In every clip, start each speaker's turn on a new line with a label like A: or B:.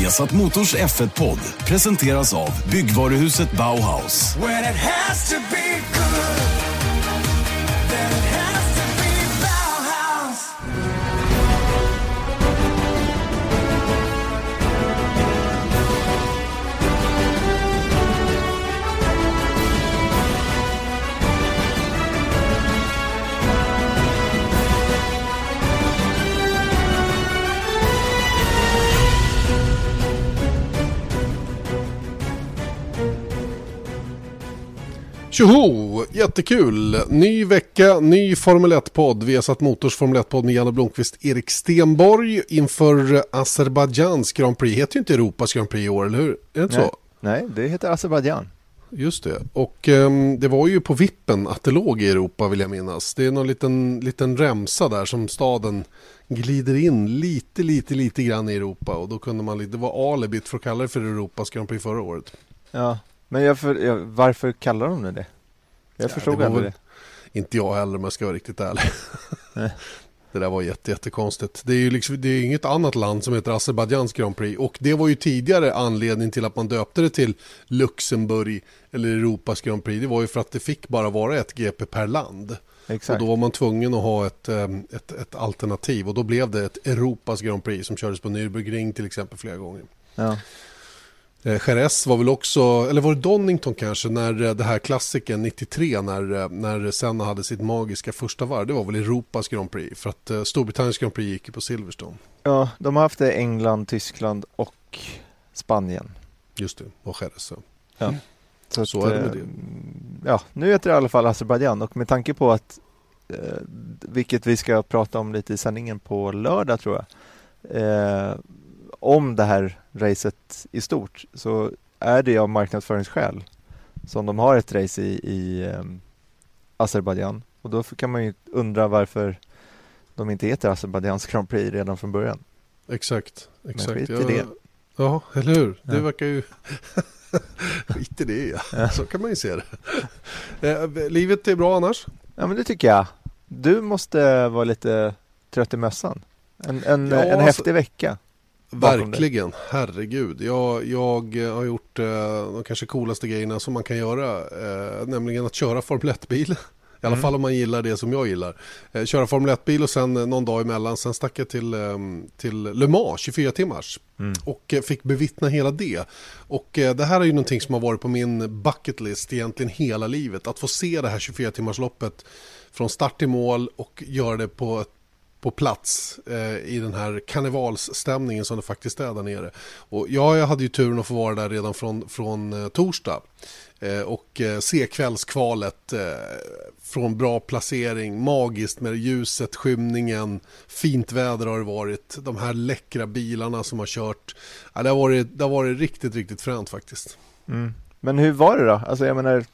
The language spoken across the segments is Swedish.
A: Viasat Motors F1-podd presenteras av Byggvaruhuset Bauhaus.
B: When it has to be good, then it has to be Bauhaus.
C: Tjoho! Jättekul! Ny vecka, ny Formel 1-podd. Vi har satt Motors Formel 1-podd med Janne Blomqvist, Erik Stenborg inför Azerbajdzjans Grand Prix. Heter ju inte Europas Grand Prix i år, eller hur? Är det inte så?
D: Nej, det heter Azerbajdzjan.
C: Just det. Och det var ju på vippen att det låg i Europa, vill jag minnas. Det är någon liten remsa där som staden glider in lite grann i Europa. Och då kunde man det var alibit för att kalla det för Europas Grand Prix förra året.
D: Ja, men varför kallar de det? Jag förstod aldrig det.
C: Inte jag heller, om jag ska vara riktigt ärlig. Det där var jättekonstigt. Det är ju liksom, det är inget annat land som heter Azerbajdzjans Grand Prix. Och det var ju tidigare anledning till att man döpte det till Luxemburg eller Europas Grand Prix. Det var ju för att det fick bara vara ett GP per land.
D: Exakt.
C: Och då var man tvungen att ha ett alternativ. Och då blev det ett Europas Grand Prix som kördes på Nürburgring till exempel flera gånger.
D: Ja.
C: Jerez var väl också, eller var det Donington kanske, när det här klassiken 93 när Senna hade sitt magiska första varv, det var väl Europas Grand Prix, för att Storbritanniens Grand Prix gick på Silverstone.
D: Ja, de har haft det England, Tyskland och Spanien.
C: Just det, och Jerez.
D: Ja.
C: Så är det med det.
D: Ja, nu heter det i alla fall Azerbajdzjan, och med tanke på att vilket vi ska prata om lite i sändningen på lördag tror jag, om det här racet i stort, så är det av marknadsföringsskäl som de har ett race i Azerbajdzjan. Och då kan man ju undra varför de inte heter Azerbajdzjans Grand Prix redan från början.
C: Exakt.
D: Men skit i det.
C: Ja, eller hur?
D: Ja.
C: Det verkar ju... skit i det, ja. Så kan man ju se det. Livet är bra annars?
D: Ja, men det tycker jag. Du måste vara lite trött i mössan. En häftig vecka.
C: Verkligen, herregud. Jag har gjort de kanske coolaste grejerna som man kan göra, nämligen att köra Formel 1-bil. I alla fall om man gillar det som jag gillar. Köra Formel 1-bil och sen någon dag emellan, sen stack jag till Le Mans 24 timmars och fick bevittna hela det. Och det här är ju någonting som har varit på min bucket list egentligen hela livet. Att få se det här 24 timmars loppet från start till mål och göra det på plats i den här karnevalsstämningen som det faktiskt är där nere. Och jag hade ju turen att få vara där redan från torsdag och se kvällskvalet från bra placering, magiskt med ljuset, skymningen, fint väder har det varit, de här läckra bilarna som har kört. Ja, det har varit riktigt fränt faktiskt.
D: Men hur var det då? Alltså jag menar,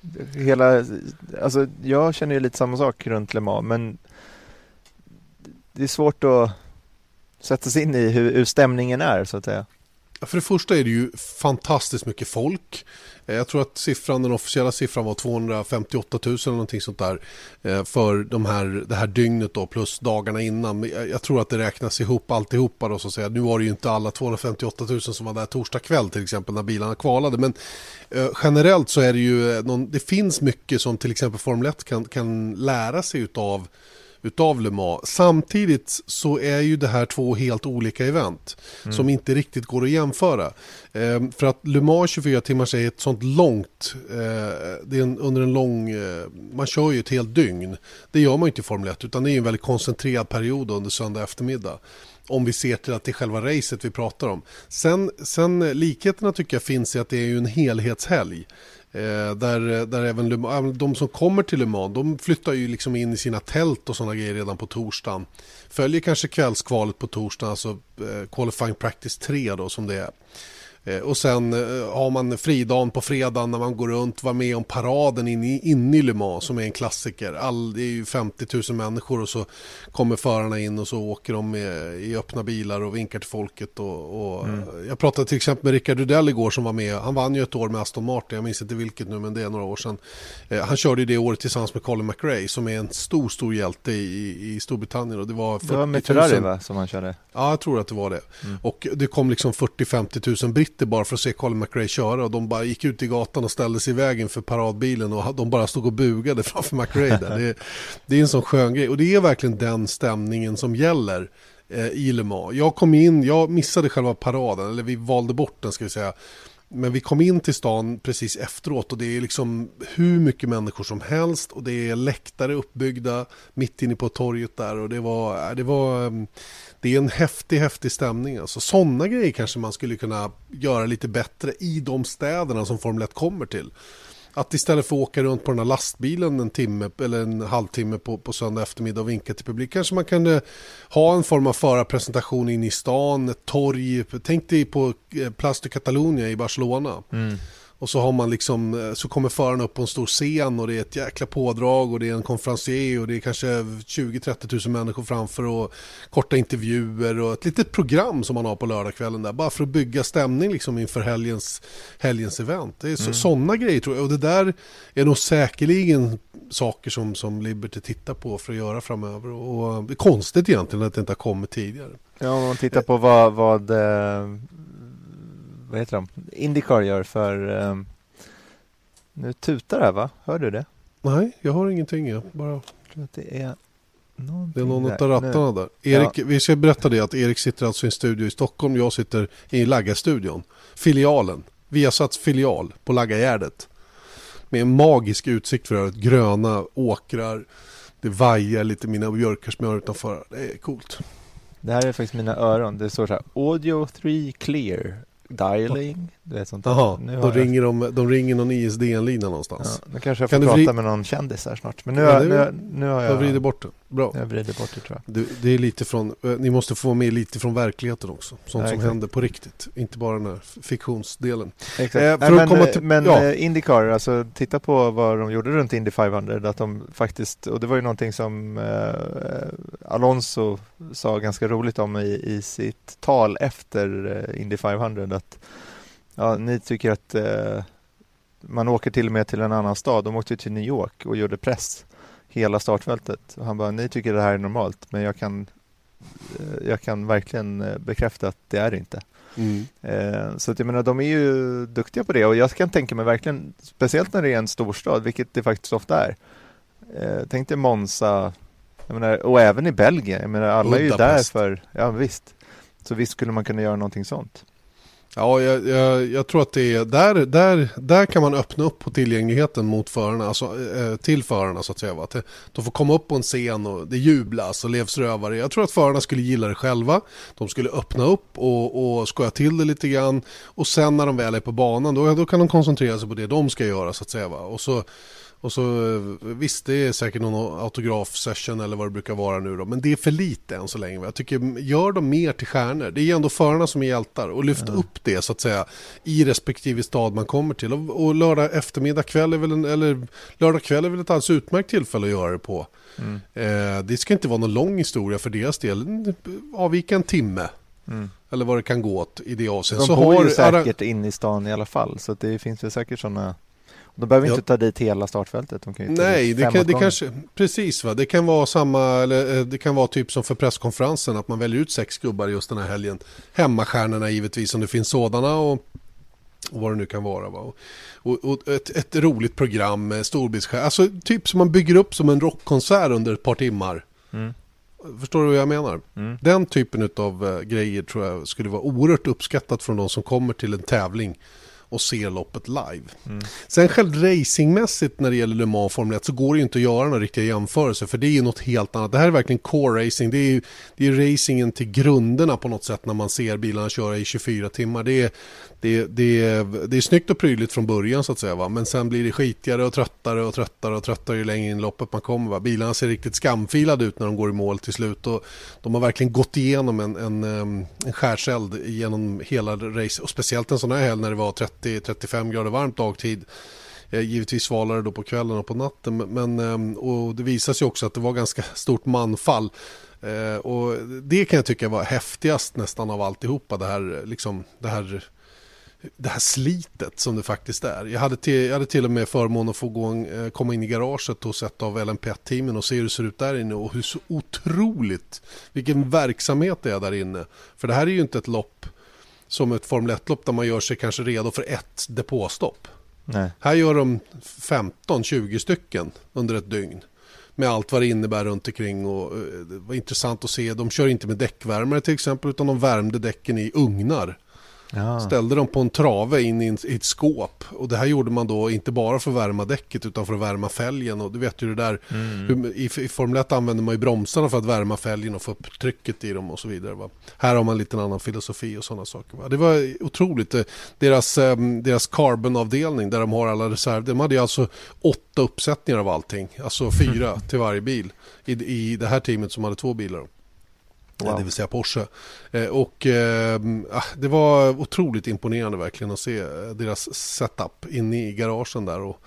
D: jag känner ju lite samma sak runt Le Mans, men det är svårt att sätta sig in i hur stämningen är, så att säga.
C: För det första är det ju fantastiskt mycket folk. Jag tror att den officiella siffran var 258 000 eller någonting sånt där för det här dygnet då, plus dagarna innan. Jag tror att det räknas ihop alltihopa då, så att säga. Nu var det ju inte alla 258 000 som var där torsdag kväll till exempel när bilarna kvalade, men generellt så är det ju det finns mycket som till exempel Formel 1 kan lära sig utav Le Mans. Samtidigt så är ju det här två helt olika event som inte riktigt går att jämföra. För att Le Mans 24 timmar är ett sånt långt, det är under en lång, man kör ju ett helt dygn. Det gör man ju inte i Formel 1, utan det är en väldigt koncentrerad period under söndag eftermiddag. Om vi ser till att det är själva racet vi pratar om. Sen likheterna tycker jag finns i att det är ju en helhetshelg. Där även de som kommer till Le Mans, de flyttar ju liksom in i sina tält och sådana grejer redan på torsdagen. Följer kanske kvällskvalet på torsdagen, alltså qualifying practice 3 då som det är. Och sen har man fridagen på fredagen när man går runt, var med om paraden in i Le Mans som är en klassiker. Det är ju 50 000 människor och så kommer förarna in och så åker de i öppna bilar och vinkar till folket. Jag pratade till exempel med Rickard Rydell igår som var med. Han vann ju ett år med Aston Martin, jag minns inte vilket nu men det är några år sedan. Han körde ju det året tillsammans med Colin McRae som är en stor hjälte i Storbritannien. Och det var
D: med Ferrari va, som han körde?
C: Ja, jag tror att det var det. Och det kom liksom 40-50 000 britter bara för att se Colin McRae köra och de bara gick ut i gatan och ställde sig i vägen för paradbilen och de bara stod och bugade framför McRae där. Det är en sån skön grej och det är verkligen den stämningen som gäller i Le Mans. Jag missade själva paraden, eller vi valde bort den ska vi säga. Men vi kom in till stan precis efteråt och det är liksom hur mycket människor som helst och det är läktare uppbyggda mitt inne på torget där och det är en häftig stämning. Alltså, sådana grejer kanske man skulle kunna göra lite bättre i de städerna som Formel 1 kommer till. Att istället för att åka runt på den här lastbilen en timme eller en halvtimme på söndag eftermiddag och vinka till publik kanske man kunde ha en form av förarpresentation in i stan, ett torg. Tänk dig på Plaza de Catalunya i Barcelona. Och så har man liksom, så kommer föraren upp på en stor scen och det är ett jäkla pådrag och det är en konferencier och det är kanske 20-30 000 människor framför och korta intervjuer och ett litet program som man har på lördagskvällen där bara för att bygga stämning liksom inför helgens event. Det är sådana grejer tror jag och det där är nog säkerligen saker som Liberty tittar på för att göra framöver och det är konstigt egentligen att det inte har kommit tidigare.
D: Ja, om man tittar på vad heter de? IndyCar gör för nu tutar det här va? Hör du det?
C: Nej, jag har ingenting. Jag bara
D: tror att det är
C: någon av rattarna där. Erik, vi ska berätta det att Erik sitter alltså i en studio i Stockholm. Jag sitter i Lagga-studion. Filialen. Viasats filial på Laggagärdet. Med en magisk utsikt för övrigt. Gröna åkrar. Det vajar lite mina björkarsmör utanför. Det är coolt.
D: Det här är faktiskt mina öron. Det står så här. Audio 3 clear. Dialing, du vet sånt.
C: Jaha, de ringer någon ISDN-lina någonstans.
D: Ja, nu kanske jag får prata med någon kändis här snart. Men nu har jag
C: vrider bort det. Bra.
D: Jag vrider bort det tror jag.
C: Det är lite från, ni måste få med lite från verkligheten också. Sånt som händer på riktigt. Inte bara den här fiktionsdelen.
D: Exakt. IndyCar, alltså titta på vad de gjorde runt Indy 500. Att de faktiskt, och det var ju någonting som Alonso sa ganska roligt om i sitt tal efter Indy 500. Att ni tycker att man åker till och med till en annan stad. De åkte till New York och gjorde press hela startfältet. Och han bara, ni tycker det här är normalt men jag kan verkligen bekräfta att det är inte. Så att jag menar, de är ju duktiga på det och jag kan tänka mig verkligen, speciellt när det är en storstad, vilket det faktiskt ofta är. Tänk dig Monza, jag menar, och även i Belgien, jag menar, alla är ju där för, ja visst. Så visst skulle man kunna göra någonting sånt.
C: Ja, jag tror att det är där kan man öppna upp på tillgängligheten mot förarna, alltså till förarna så att säga. Att de får komma upp på en scen och det jublas och levs rövare. Jag tror att förarna skulle gilla det själva. De skulle öppna upp och skoja till det lite grann. Och sen när de väl är på banan då kan de koncentrera sig på det de ska göra så att säga. Va? Och så visst, det är säkert någon autograf-session eller vad det brukar vara nu då. Men det är för lite än så länge. Jag tycker, gör dem mer till stjärnor. Det är ändå förarna som är hjältar. Och lyfta upp det så att säga i respektive stad man kommer till. Och lördag eftermiddag kväll lördag kväll är väl ett alldeles utmärkt tillfälle att göra det på. Det ska inte vara någon lång historia för deras del. Avvika en timme. Eller vad det kan gå åt i det avseendet.
D: De bor ju säkert in i stan i alla fall. Så att det finns väl säkert sådana. De behöver inte ta dit hela startfältet. De kan ju
C: nej, det kanske precis va. Det kan vara samma, eller det kan vara typ som för presskonferensen att man väljer ut 6 gubbar just den här helgen. Hemmastjärnorna givetvis om det finns sådana och vad det nu kan vara va. Och ett roligt program med storbildsskärm. Alltså typ som man bygger upp som en rockkonsert under ett par timmar. Förstår du vad jag menar? Den typen av grejer tror jag skulle vara oerhört uppskattat från de som kommer till en tävling och ser loppet live. Sen själv racingmässigt när det gäller Le Mans Formel 1 så går det ju inte att göra några riktiga jämförelser, för det är ju något helt annat. Det här är verkligen core racing. Det är racingen till grunderna på något sätt när man ser bilarna köra i 24 timmar. Det är snyggt och prydligt från början så att säga, va? Men sen blir det skitigare och tröttare ju längre in loppet man kommer, va? Bilarna ser riktigt skamfilade ut när de går i mål till slut, och de har verkligen gått igenom en skärseld genom hela race, och speciellt en sån här helg när det var 30-35 grader varmt dagtid. Givetvis svalare då på kvällen och på natten, men och det visar sig också att det var ganska stort manfall. Och det kan jag tycka var häftigast nästan av alltihopa, det här slitet som det faktiskt är. Jag hade till och med förmån att få komma in i garaget hos ett av LMP1-teamen och se hur det ser ut där inne, och hur så otroligt, vilken verksamhet det är där inne. För det här är ju inte ett lopp som ett Formel 1-lopp där man gör sig kanske redo för ett depåstopp.
D: Nej.
C: Här gör de 15-20 stycken under ett dygn. Med allt vad det innebär runt omkring, och det var intressant att se. De kör inte med däckvärmare till exempel, utan de värmde däcken i ugnar.
D: Ja.
C: Ställde dem på en trave in i ett skåp, och det här gjorde man då inte bara för att värma däcket utan för att värma fälgen, och du vet ju det där i Formel 1 använder man ju bromsarna för att värma fälgen och få upp trycket i dem och så vidare, va? Här har man lite annan filosofi och sådana saker, va? Det var otroligt. Deras carbon-avdelning där de har alla reserver, de hade ju alltså 8 uppsättningar av allting, alltså 4 till varje bil i det här teamet som hade 2 bilar. Wow. Det vill säga Porsche. Det var otroligt imponerande verkligen att se deras setup inne i garagen där. Och,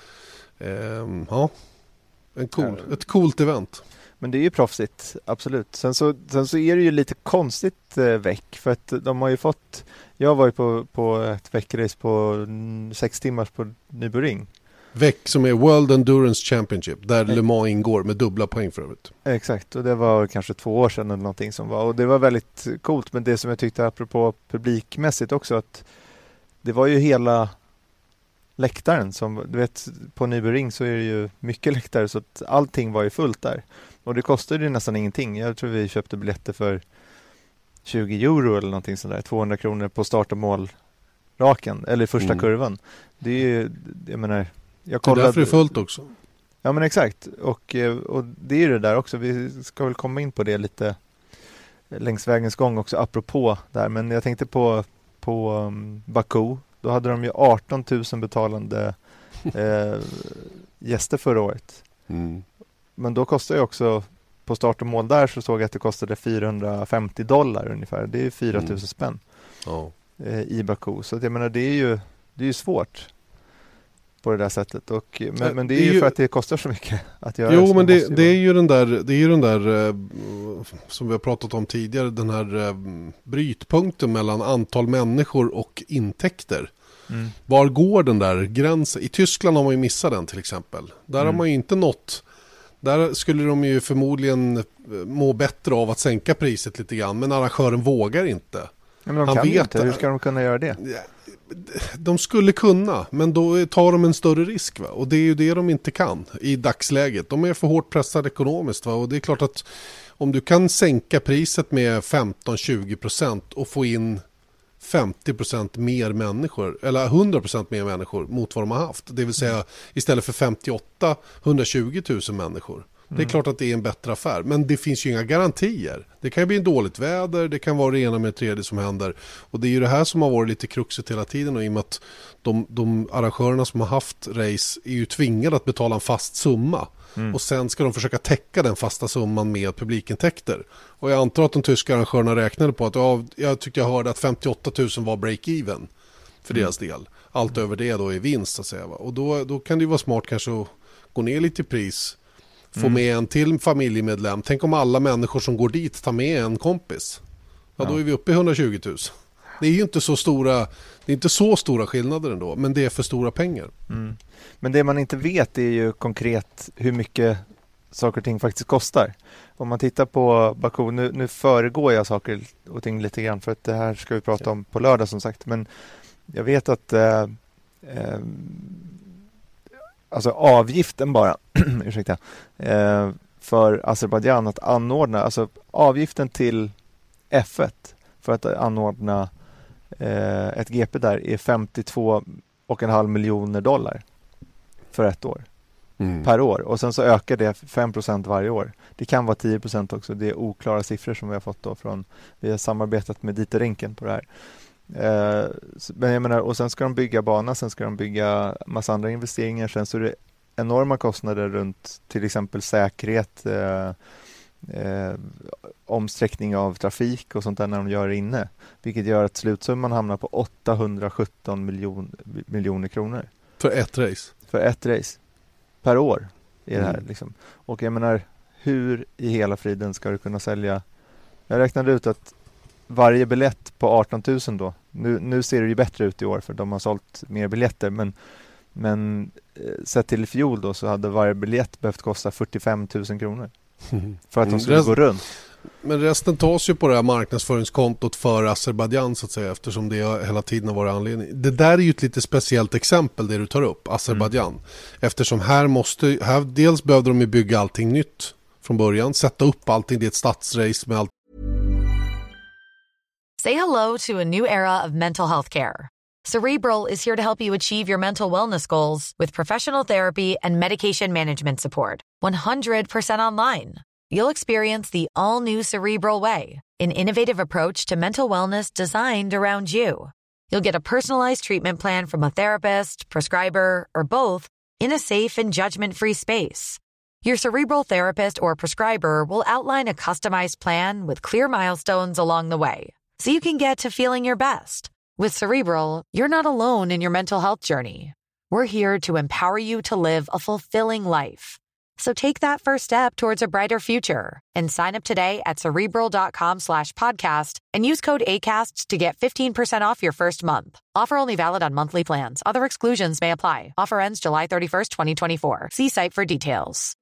C: ett coolt event.
D: Men det är ju proffsigt, absolut. Sen så är det ju lite konstigt väck, för att de har ju fått... Jag var ju på ett veckrace på 6 timmar på Nürburgring.
C: Väck som är World Endurance Championship, där Le Mans ingår med dubbla poäng för övrigt.
D: Exakt, och det var kanske 2 år sedan eller någonting som var, och det var väldigt coolt. Men det som jag tyckte apropå publikmässigt också, att det var ju hela läktaren som, du vet, på Nürburgring så är det ju mycket läktare, så att allting var ju fullt där. Och det kostade ju nästan ingenting. Jag tror vi köpte biljetter för 20 euro eller någonting sådär, 200 kronor på start- och målraken, eller första kurvan. Det är ju, jag menar, jag kollade...
C: Det är därför det är fullt också.
D: Ja, men exakt. Och det är ju det där också. Vi ska väl komma in på det lite längs vägens gång också, apropå där. Men jag tänkte på Baku. Då hade de ju 18 000 betalande gäster förra året. Men då kostar ju också, på start och mål där så såg jag att det kostade $450 ungefär. Det är 4 000 spänn i Baku. Så att jag menar, det är ju svårt på det där sättet, men det är ju för att det kostar så mycket att göra.
C: Jo, men det är ju den där som vi har pratat om tidigare, den här brytpunkten mellan antal människor och intäkter. Var går den där gränsen? I Tyskland har man ju missat den till exempel. Där har man ju inte nått. Där skulle de ju förmodligen må bättre av att sänka priset lite grann, men arrangören vågar inte.
D: Ja, men de kan inte. Hur ska de kunna göra det?
C: De skulle kunna, men då tar de en större risk, va? Och det är ju det de inte kan i dagsläget. De är för hårt pressade ekonomiskt, va? Och det är klart att om du kan sänka priset med 15-20% och få in 50% mer människor, eller 100% mer människor mot vad de har haft, det vill säga istället för 58 120 000 människor. Det är klart att det är en bättre affär, men det finns ju inga garantier. Det kan ju bli en dåligt väder, det kan vara det ena med det tredje som händer. Och det är ju det här som har varit lite kruxet hela tiden, och i och med att de arrangörerna som har haft race är ju tvingade att betala en fast summa. Och sen ska de försöka täcka den fasta summan med publikintäkter. Och jag antar att de tyska arrangörerna räknade på att jag tyckte jag hörde att 58 000 var break-even för deras del. Allt över det då är vinst, så att säga, va? Och då kan det ju vara smart kanske att gå ner lite i pris. Få med en till familjemedlem. Tänk om alla människor som går dit tar med en kompis. Ja, då är vi uppe i 120 000. Det är ju inte så stora, det är inte så stora skillnader ändå, men det är för stora pengar.
D: Men det man inte vet är ju konkret hur mycket saker och ting faktiskt kostar. Om man tittar på Baku, nu föregår jag saker och ting lite grann, för att det här ska vi prata om på lördag som sagt. Men jag vet att alltså avgiften bara ursäkta, för Azerbaijan att anordna, alltså avgiften till F1 för att anordna ett GP där är 52 $2,5 miljoner för ett år. Per år. Och sen så ökar det 5% varje år. Det kan vara 10% också. Det är oklara siffror som vi har fått då från, vi har samarbetat med Dieter Rinken på det här. Men jag menar, och sen ska de bygga bana, sen ska de bygga massa andra investeringar, sen så är det enorma kostnader runt till exempel säkerhet, omsträckning av trafik och sånt där när de gör det inne, vilket gör att slutsumman hamnar på 817 miljoner kronor.
C: För ett race?
D: För ett race. Per år är det här liksom. Och jag menar, hur i hela friden ska du kunna sälja? Jag räknade ut att varje biljett på 18 000 då, nu ser det ju bättre ut i år för de har sålt mer biljetter, men sett till i fjol då så hade varje biljett behövt kosta 45 000 kronor för att de skulle gå runt.
C: Men resten tas ju på det här marknadsföringskontot för Azerbaijan så att säga, eftersom det hela tiden har varit anledning. Det där är ju ett lite speciellt exempel det du tar upp, Azerbaijan. Eftersom här dels behövde de ju bygga allting nytt från början, sätta upp allting, det är ett stadsrace med allt.
E: Say hello to a new era of mental health care. Cerebral is here to help you achieve your mental wellness goals with professional therapy and medication management support. 100% online. You'll experience the all-new Cerebral Way, an innovative approach to mental wellness designed around you. You'll get a personalized treatment plan from a therapist, prescriber, or both in a safe and judgment-free space. Your Cerebral therapist or prescriber will outline a customized plan with clear milestones along the way, so you can get to feeling your best. With Cerebral, you're not alone in your mental health journey. We're here to empower you to live a fulfilling life. So take that first step towards a brighter future and sign up today at Cerebral.com/podcast and use code ACAST to get 15% off your first month. Offer only valid on monthly plans. Other exclusions may apply. Offer ends July 31st, 2024. See site for details.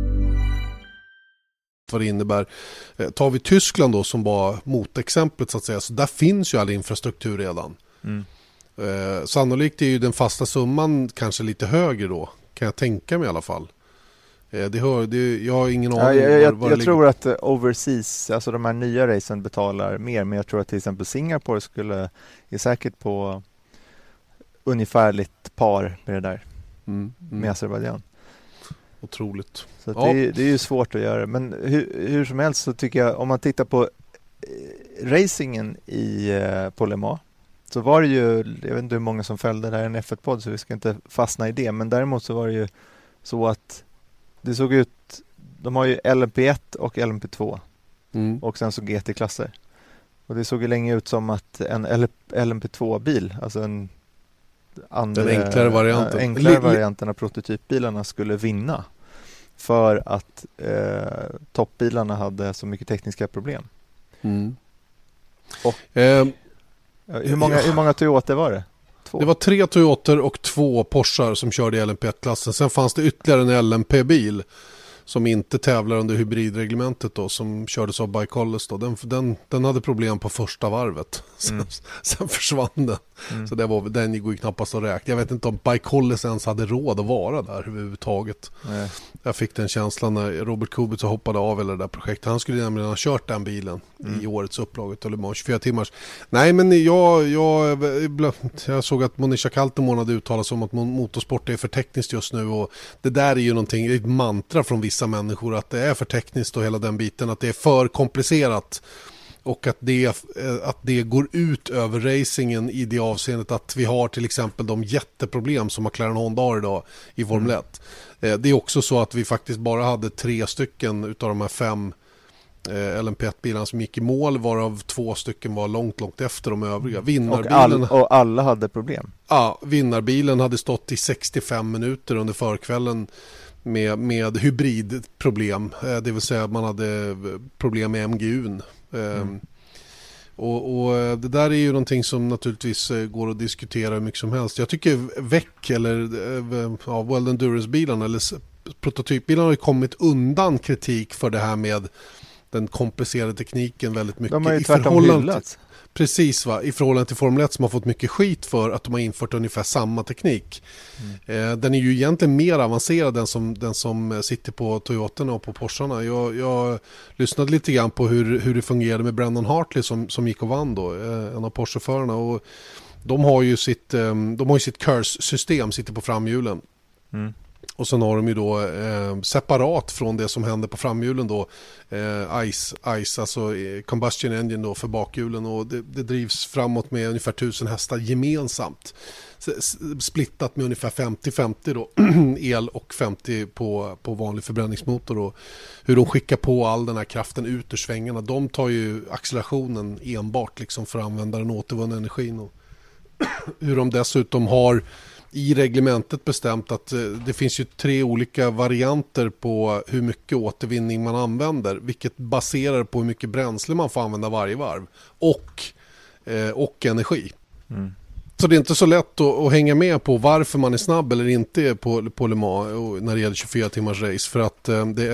C: Vad det innebär. Tar vi Tyskland då som var motexemplet så att säga, så där finns ju all infrastruktur redan. Sannolikt är ju den fasta summan kanske lite högre då, kan jag tänka mig i alla fall. Jag har ingen aning.
D: Jag tror att overseas, alltså de här nya racen betalar mer, men jag tror att till exempel Singapore är säkert på ungefärligt par med det där med Azerbaijan.
C: Otroligt.
D: Så att det är ju svårt att göra. Men hur som helst så tycker jag, om man tittar på racingen på Le Mans, så var det ju, jag vet inte hur många som följde det här i en F1-podd, så vi ska inte fastna i det. Men däremot så var det ju så att det såg ut, de har ju LMP1 och LMP2 och sen så GT-klasser. Och det såg ju länge ut som att en LMP2-bil, alltså den enklare varianten av prototypbilarna skulle vinna, för att toppbilarna hade så mycket tekniska problem. Och hur många Toyota var det? 2.
C: Det var 3 Toyotor och 2 Porschar som körde i LMP1-klassen. Sen fanns det ytterligare en LMP-bil som inte tävlar under hybridreglementet då, som kördes av Bajkolles då. Den hade problem på första varvet. Sen försvann den. Så den går ju knappast att räkna. Jag vet inte om Bajkolles ens hade råd att vara där överhuvudtaget. Jag fick den känslan när Robert Kubica hoppade av hela det där projektet. Han skulle nämligen ha kört den bilen i årets upplaget, eller bara 24 timmars. Nej, men jag såg att Monisha Kaltenborn hade uttalat sig om att motorsport är för tekniskt just nu, och det där är ju någonting, ett mantra från vissa människor, att det är för tekniskt och hela den biten, att det är för komplicerat, och att det går ut över racingen i det avseendet att vi har till exempel de jätteproblem som McLaren Honda har idag i Formel 1. Det är också så att vi faktiskt bara hade 3 stycken utav de här 5 LMP1-bilarna som gick i mål, varav 2 stycken var långt efter de övriga. Vinnarbilen,
D: och alla hade problem.
C: Ja, vinnarbilen hade stått i 65 minuter under förkvällen med hybridproblem. Det vill säga att man hade problem med MGU:n. Och det där är ju någonting som naturligtvis går att diskutera hur mycket som helst. Jag tycker VEC eller World Endurance-bilarna eller prototypbilarna har ju kommit undan kritik för det här med den komplicerade tekniken väldigt mycket.
D: De har ju tvärtom hyllats.
C: Precis, i förhållande till Formel 1 som har fått mycket skit för att de har infört ungefär samma teknik. Den är ju egentligen mer avancerad den som sitter på Toyotorna och på Porscharna. Jag lyssnade lite grann på hur det fungerade med Brandon Hartley som gick och vann då, en av Porsche-förarna, och de har ju sitt curse-system sitter på framhjulen. Och sen har de ju då separat från det som händer på framhjulen då ICE, alltså combustion engine då för bakhjulen, och det drivs framåt med ungefär 1000 hästar gemensamt. Splittat med ungefär 50-50 då el och 50 på vanlig förbränningsmotor, och hur de skickar på all den här kraften ut ur svängarna. De tar ju accelerationen enbart liksom för att använda den återvunna energin, och hur de dessutom har i reglementet bestämt att det finns ju 3 olika varianter på hur mycket återvinning man använder, vilket baserar på hur mycket bränsle man får använda varje varv och energi. Så det är inte så lätt att hänga med på varför man är snabb eller inte på Le Mans när det gäller 24 timmars race, för att det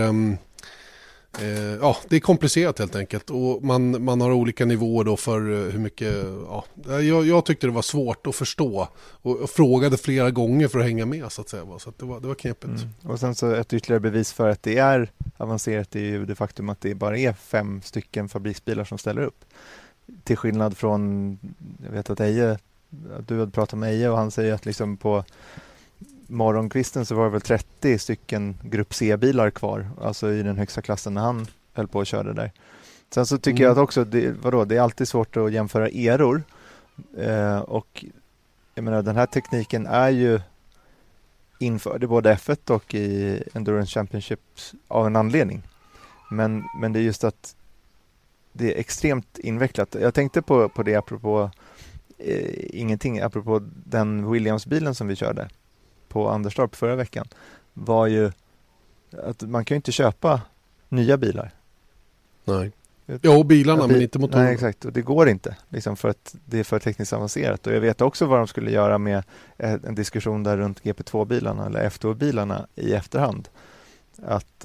C: är komplicerat helt enkelt, och man har olika nivåer då för hur mycket, jag tyckte det var svårt att förstå och frågade flera gånger för att hänga med så att säga, så att det var knepigt.
D: Och sen så ett ytterligare bevis för att det är avancerat är ju det faktum att det bara är 5 stycken fabriksbilar som ställer upp, till skillnad från, jag vet att du hade pratat med Eje och han säger att liksom på morgonkvisten så var det väl 30 stycken grupp C-bilar kvar, alltså i den högsta klassen när han höll på och körde där. Sen så tycker jag att också, det är alltid svårt att jämföra eror, och jag menar den här tekniken är ju införd i både F1 och i Endurance Championships av en anledning. Men det är just att det är extremt invecklat. Jag tänkte på det apropå apropå den Williams-bilen som vi körde på Anderstorp förra veckan, var ju att man kan ju inte köpa nya bilar.
C: Nej. Ja, bilarna men inte motorerna.
D: Nej, exakt. Och det går inte liksom, för att det är för tekniskt avancerat. Och jag vet också vad de skulle göra med en diskussion där runt GP2-bilarna eller F2-bilarna i efterhand. Att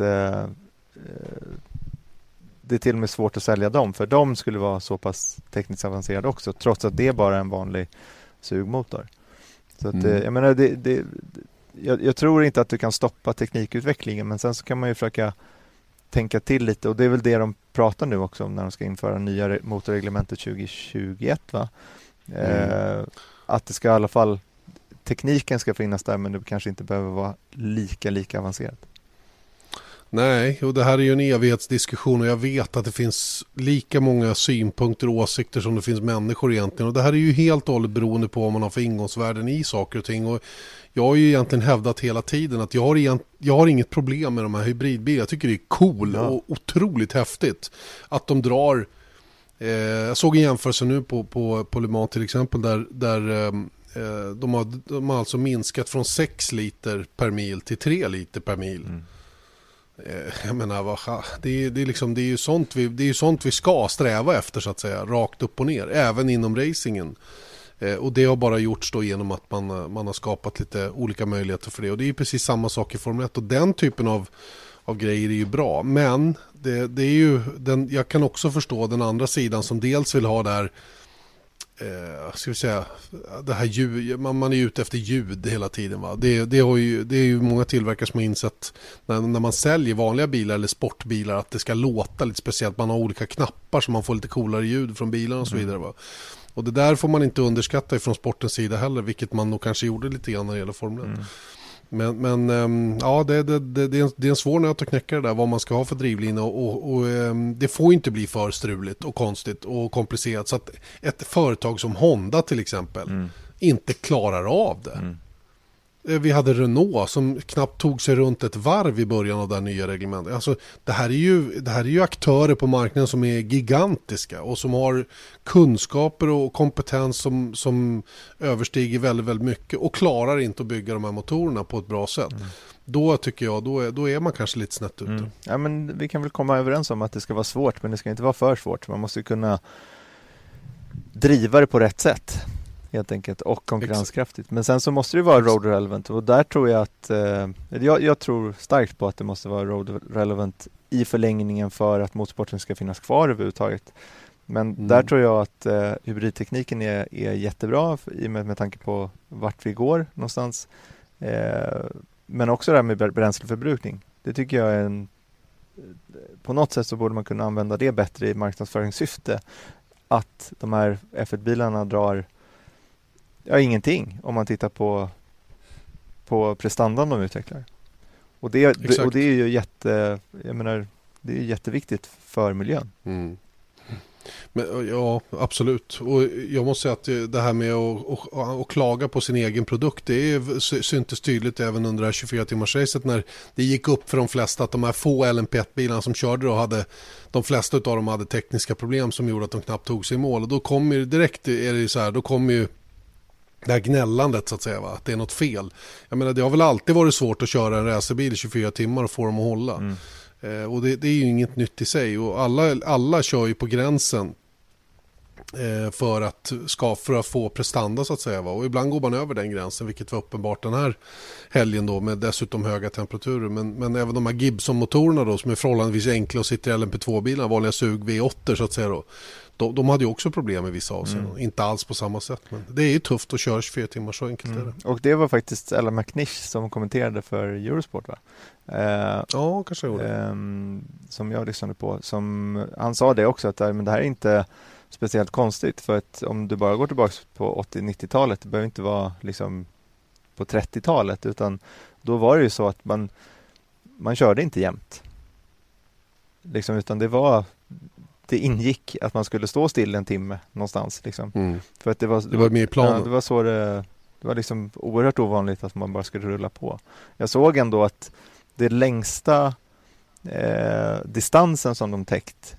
D: det är till och med svårt att sälja dem, för de skulle vara så pass tekniskt avancerade också, trots att det är bara en vanlig sugmotor. Så att, jag menar, jag tror inte att du kan stoppa teknikutvecklingen, men sen så kan man ju försöka tänka till lite, och det är väl det de pratar nu också om när de ska införa nya motorreglementet 2021, va? Att det ska i alla fall, tekniken ska finnas där, men det kanske inte behöver vara lika avancerat.
C: Nej, och det här är ju en evighetsdiskussion, och jag vet att det finns lika många synpunkter och åsikter som det finns människor egentligen, och det här är ju helt och hållet beroende på vad man har för ingångsvärden i saker och ting, och jag har ju egentligen hävdat hela tiden att jag har inget problem med de här hybridbilarna. Jag tycker det är cool och otroligt häftigt att de drar, jag såg en jämförelse nu på Le Mans till exempel, där de har alltså minskat från 6 liter per mil till 3 liter per mil. Jag menar, det är ju sånt vi ska sträva efter så att säga, rakt upp och ner, även inom racingen. Och det har bara gjorts då genom att man har skapat lite olika möjligheter för det. Och det är ju precis samma sak i Formel 1, och den typen av grejer är ju bra. Men det är ju jag kan också förstå den andra sidan som dels vill ha där, ska vi säga, det här ljud, man är ute efter ljud hela tiden, va? Det är ju många tillverkare som har insett när man säljer vanliga bilar eller sportbilar att det ska låta lite speciellt. Man har olika knappar så man får lite coolare ljud från bilarna och så vidare, va? Och det där får man inte underskatta ifrån sportens sida heller, vilket man nog kanske gjorde lite grann när det gäller Formel 1. Men ja, det är en svår nöt att knäcka det där, vad man ska ha för drivlina, och det får inte bli för struligt och konstigt och komplicerat så att ett företag som Honda till exempel inte klarar av det. Vi hade Renault som knappt tog sig runt ett varv i början av det nya reglementet. Alltså, det här är ju aktörer på marknaden som är gigantiska och som har kunskaper och kompetens som överstiger väldigt, väldigt mycket och klarar inte att bygga de här motorerna på ett bra sätt. Då tycker jag, då är man kanske lite snett ute.
D: Ja, men vi kan väl komma överens om att det ska vara svårt, men det ska inte vara för svårt. Man måste kunna driva det på rätt sätt, helt enkelt, och konkurrenskraftigt. Men sen så måste det vara road relevant, och där tror jag att jag tror starkt på att det måste vara road relevant i förlängningen för att motorsporten ska finnas kvar överhuvudtaget. Men där tror jag att hybridtekniken är jättebra med tanke på vart vi går någonstans. Men också det här med bränsleförbrukning. Det tycker jag är på något sätt så borde man kunna använda det bättre i marknadsföringssyfte. Att de här F1-bilarna drar Ja, ingenting om man tittar på prestandan de utvecklar. Och det är ju det är jätteviktigt för miljön.
C: Mm. Men, ja, absolut. Och jag måste säga att det här med att klaga på sin egen produkt, det syntes tydligt även under det här 24-timmarsracet när det gick upp för de flesta att de här få LMP1-bilarna som körde då hade, de flesta av dem hade tekniska problem som gjorde att de knappt tog sig i mål. Och då kommer ju direkt, är det så här, då kommer ju det här gnällandet så att säga, va? Att det är något fel. Jag menar, det har väl alltid varit svårt att köra en racerbil i 24 timmar och få dem att hålla. Och det är ju inget nytt i sig. Och alla kör ju på gränsen för att få prestanda så att säga, va? Och ibland går man över den gränsen, vilket var uppenbart den här helgen då med dessutom höga temperaturer. Men även de här Gibson-motorerna då som är förhållandevis enkla och sitter i LMP2-bilarna, vanliga sug V8 så att säga då. De hade ju också problem i vissa avseenden. Inte alls på samma sätt. Men det är ju tufft att köra 24 timmar, så enkelt är det.
D: Och det var faktiskt Ella McNish som kommenterade för Eurosport, va?
C: Ja, kanske gjorde.
D: Som jag lyssnade på. Han sa det också, att men det här är inte speciellt konstigt. För att om du bara går tillbaka på 80-90-talet, det behöver inte vara liksom på 30-talet. Utan då var det ju så att man körde inte jämt. Liksom, utan det ingick att man skulle stå still en timme någonstans liksom. För att det var med i planen. Ja, det var så det var liksom oerhört ovanligt att man bara skulle rulla på. Jag såg ändå att det längsta distansen som de täckt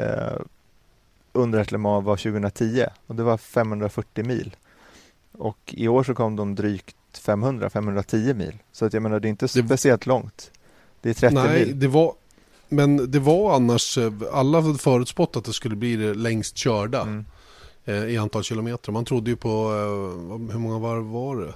D: under ett Le Mans var 2010 och det var 540 mil. Och i år så kom de drygt 510 mil. Så att jag menar, det är inte speciellt långt. Det är 30 mil.
C: Men det var annars, alla förutspått att det skulle bli det längst körda i antal kilometer. Man trodde ju på, hur många varv var det?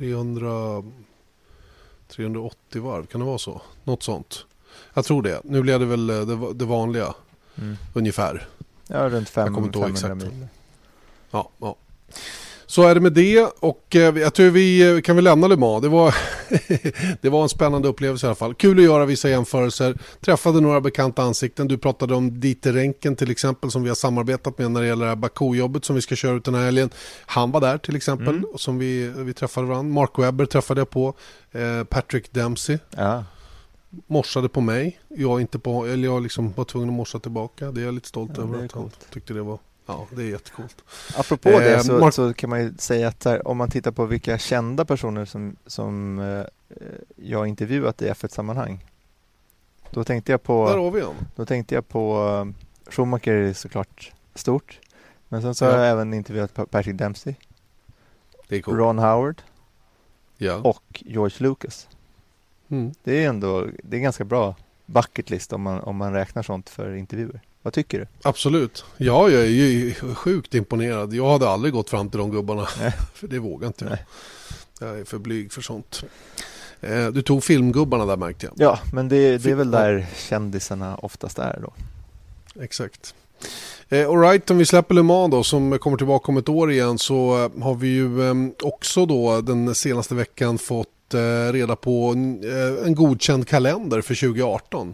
C: 380 varv, kan det vara så? Något sånt. Jag tror det. Nu blev det väl det vanliga, ungefär.
D: Ja, runt 500 mil.
C: Ja. Så är det med det, och jag tror vi kan väl lämna Le Mans. Det var en spännande upplevelse i alla fall. Kul att göra vissa jämförelser. Träffade några bekanta ansikten. Du pratade om Dieter Renken till exempel, som vi har samarbetat med när det gäller det här Baku-jobbet som vi ska köra ut den här helgen. Han var där till exempel, och som vi träffade varandra. Mark Webber träffade jag på. Patrick Dempsey.
D: Ja.
C: Morsade på mig. Jag liksom var tvungen att morsa tillbaka. Det är jag lite stolt över. Att han tyckte det var... Ja, det är jättecoolt.
D: Apropå det så kan man ju säga att här, om man tittar på vilka kända personer som jag intervjuat i F1-sammanhang. Då tänkte jag på...
C: Där har vi honom.
D: Då tänkte jag på Schumacher, är såklart stort. Men sen så har jag även intervjuat Patrick Dempsey.
C: Det är cool.
D: Ron Howard.
C: Ja.
D: Och George Lucas. Det är ändå en ganska bra bucket list om man räknar sånt för intervjuer. Vad tycker du?
C: Absolut. Ja, jag är ju sjukt imponerad. Jag hade aldrig gått fram till de gubbarna. För det vågar inte jag.
D: Nej.
C: Jag är för blyg för sånt. Du tog filmgubbarna där, märkte jag.
D: Ja, men det är väl där kändisarna oftast är då.
C: Exakt. All right, om vi släpper Le Mans då, som kommer tillbaka om ett år igen, så har vi ju också då den senaste veckan fått reda på en godkänd kalender för 2018.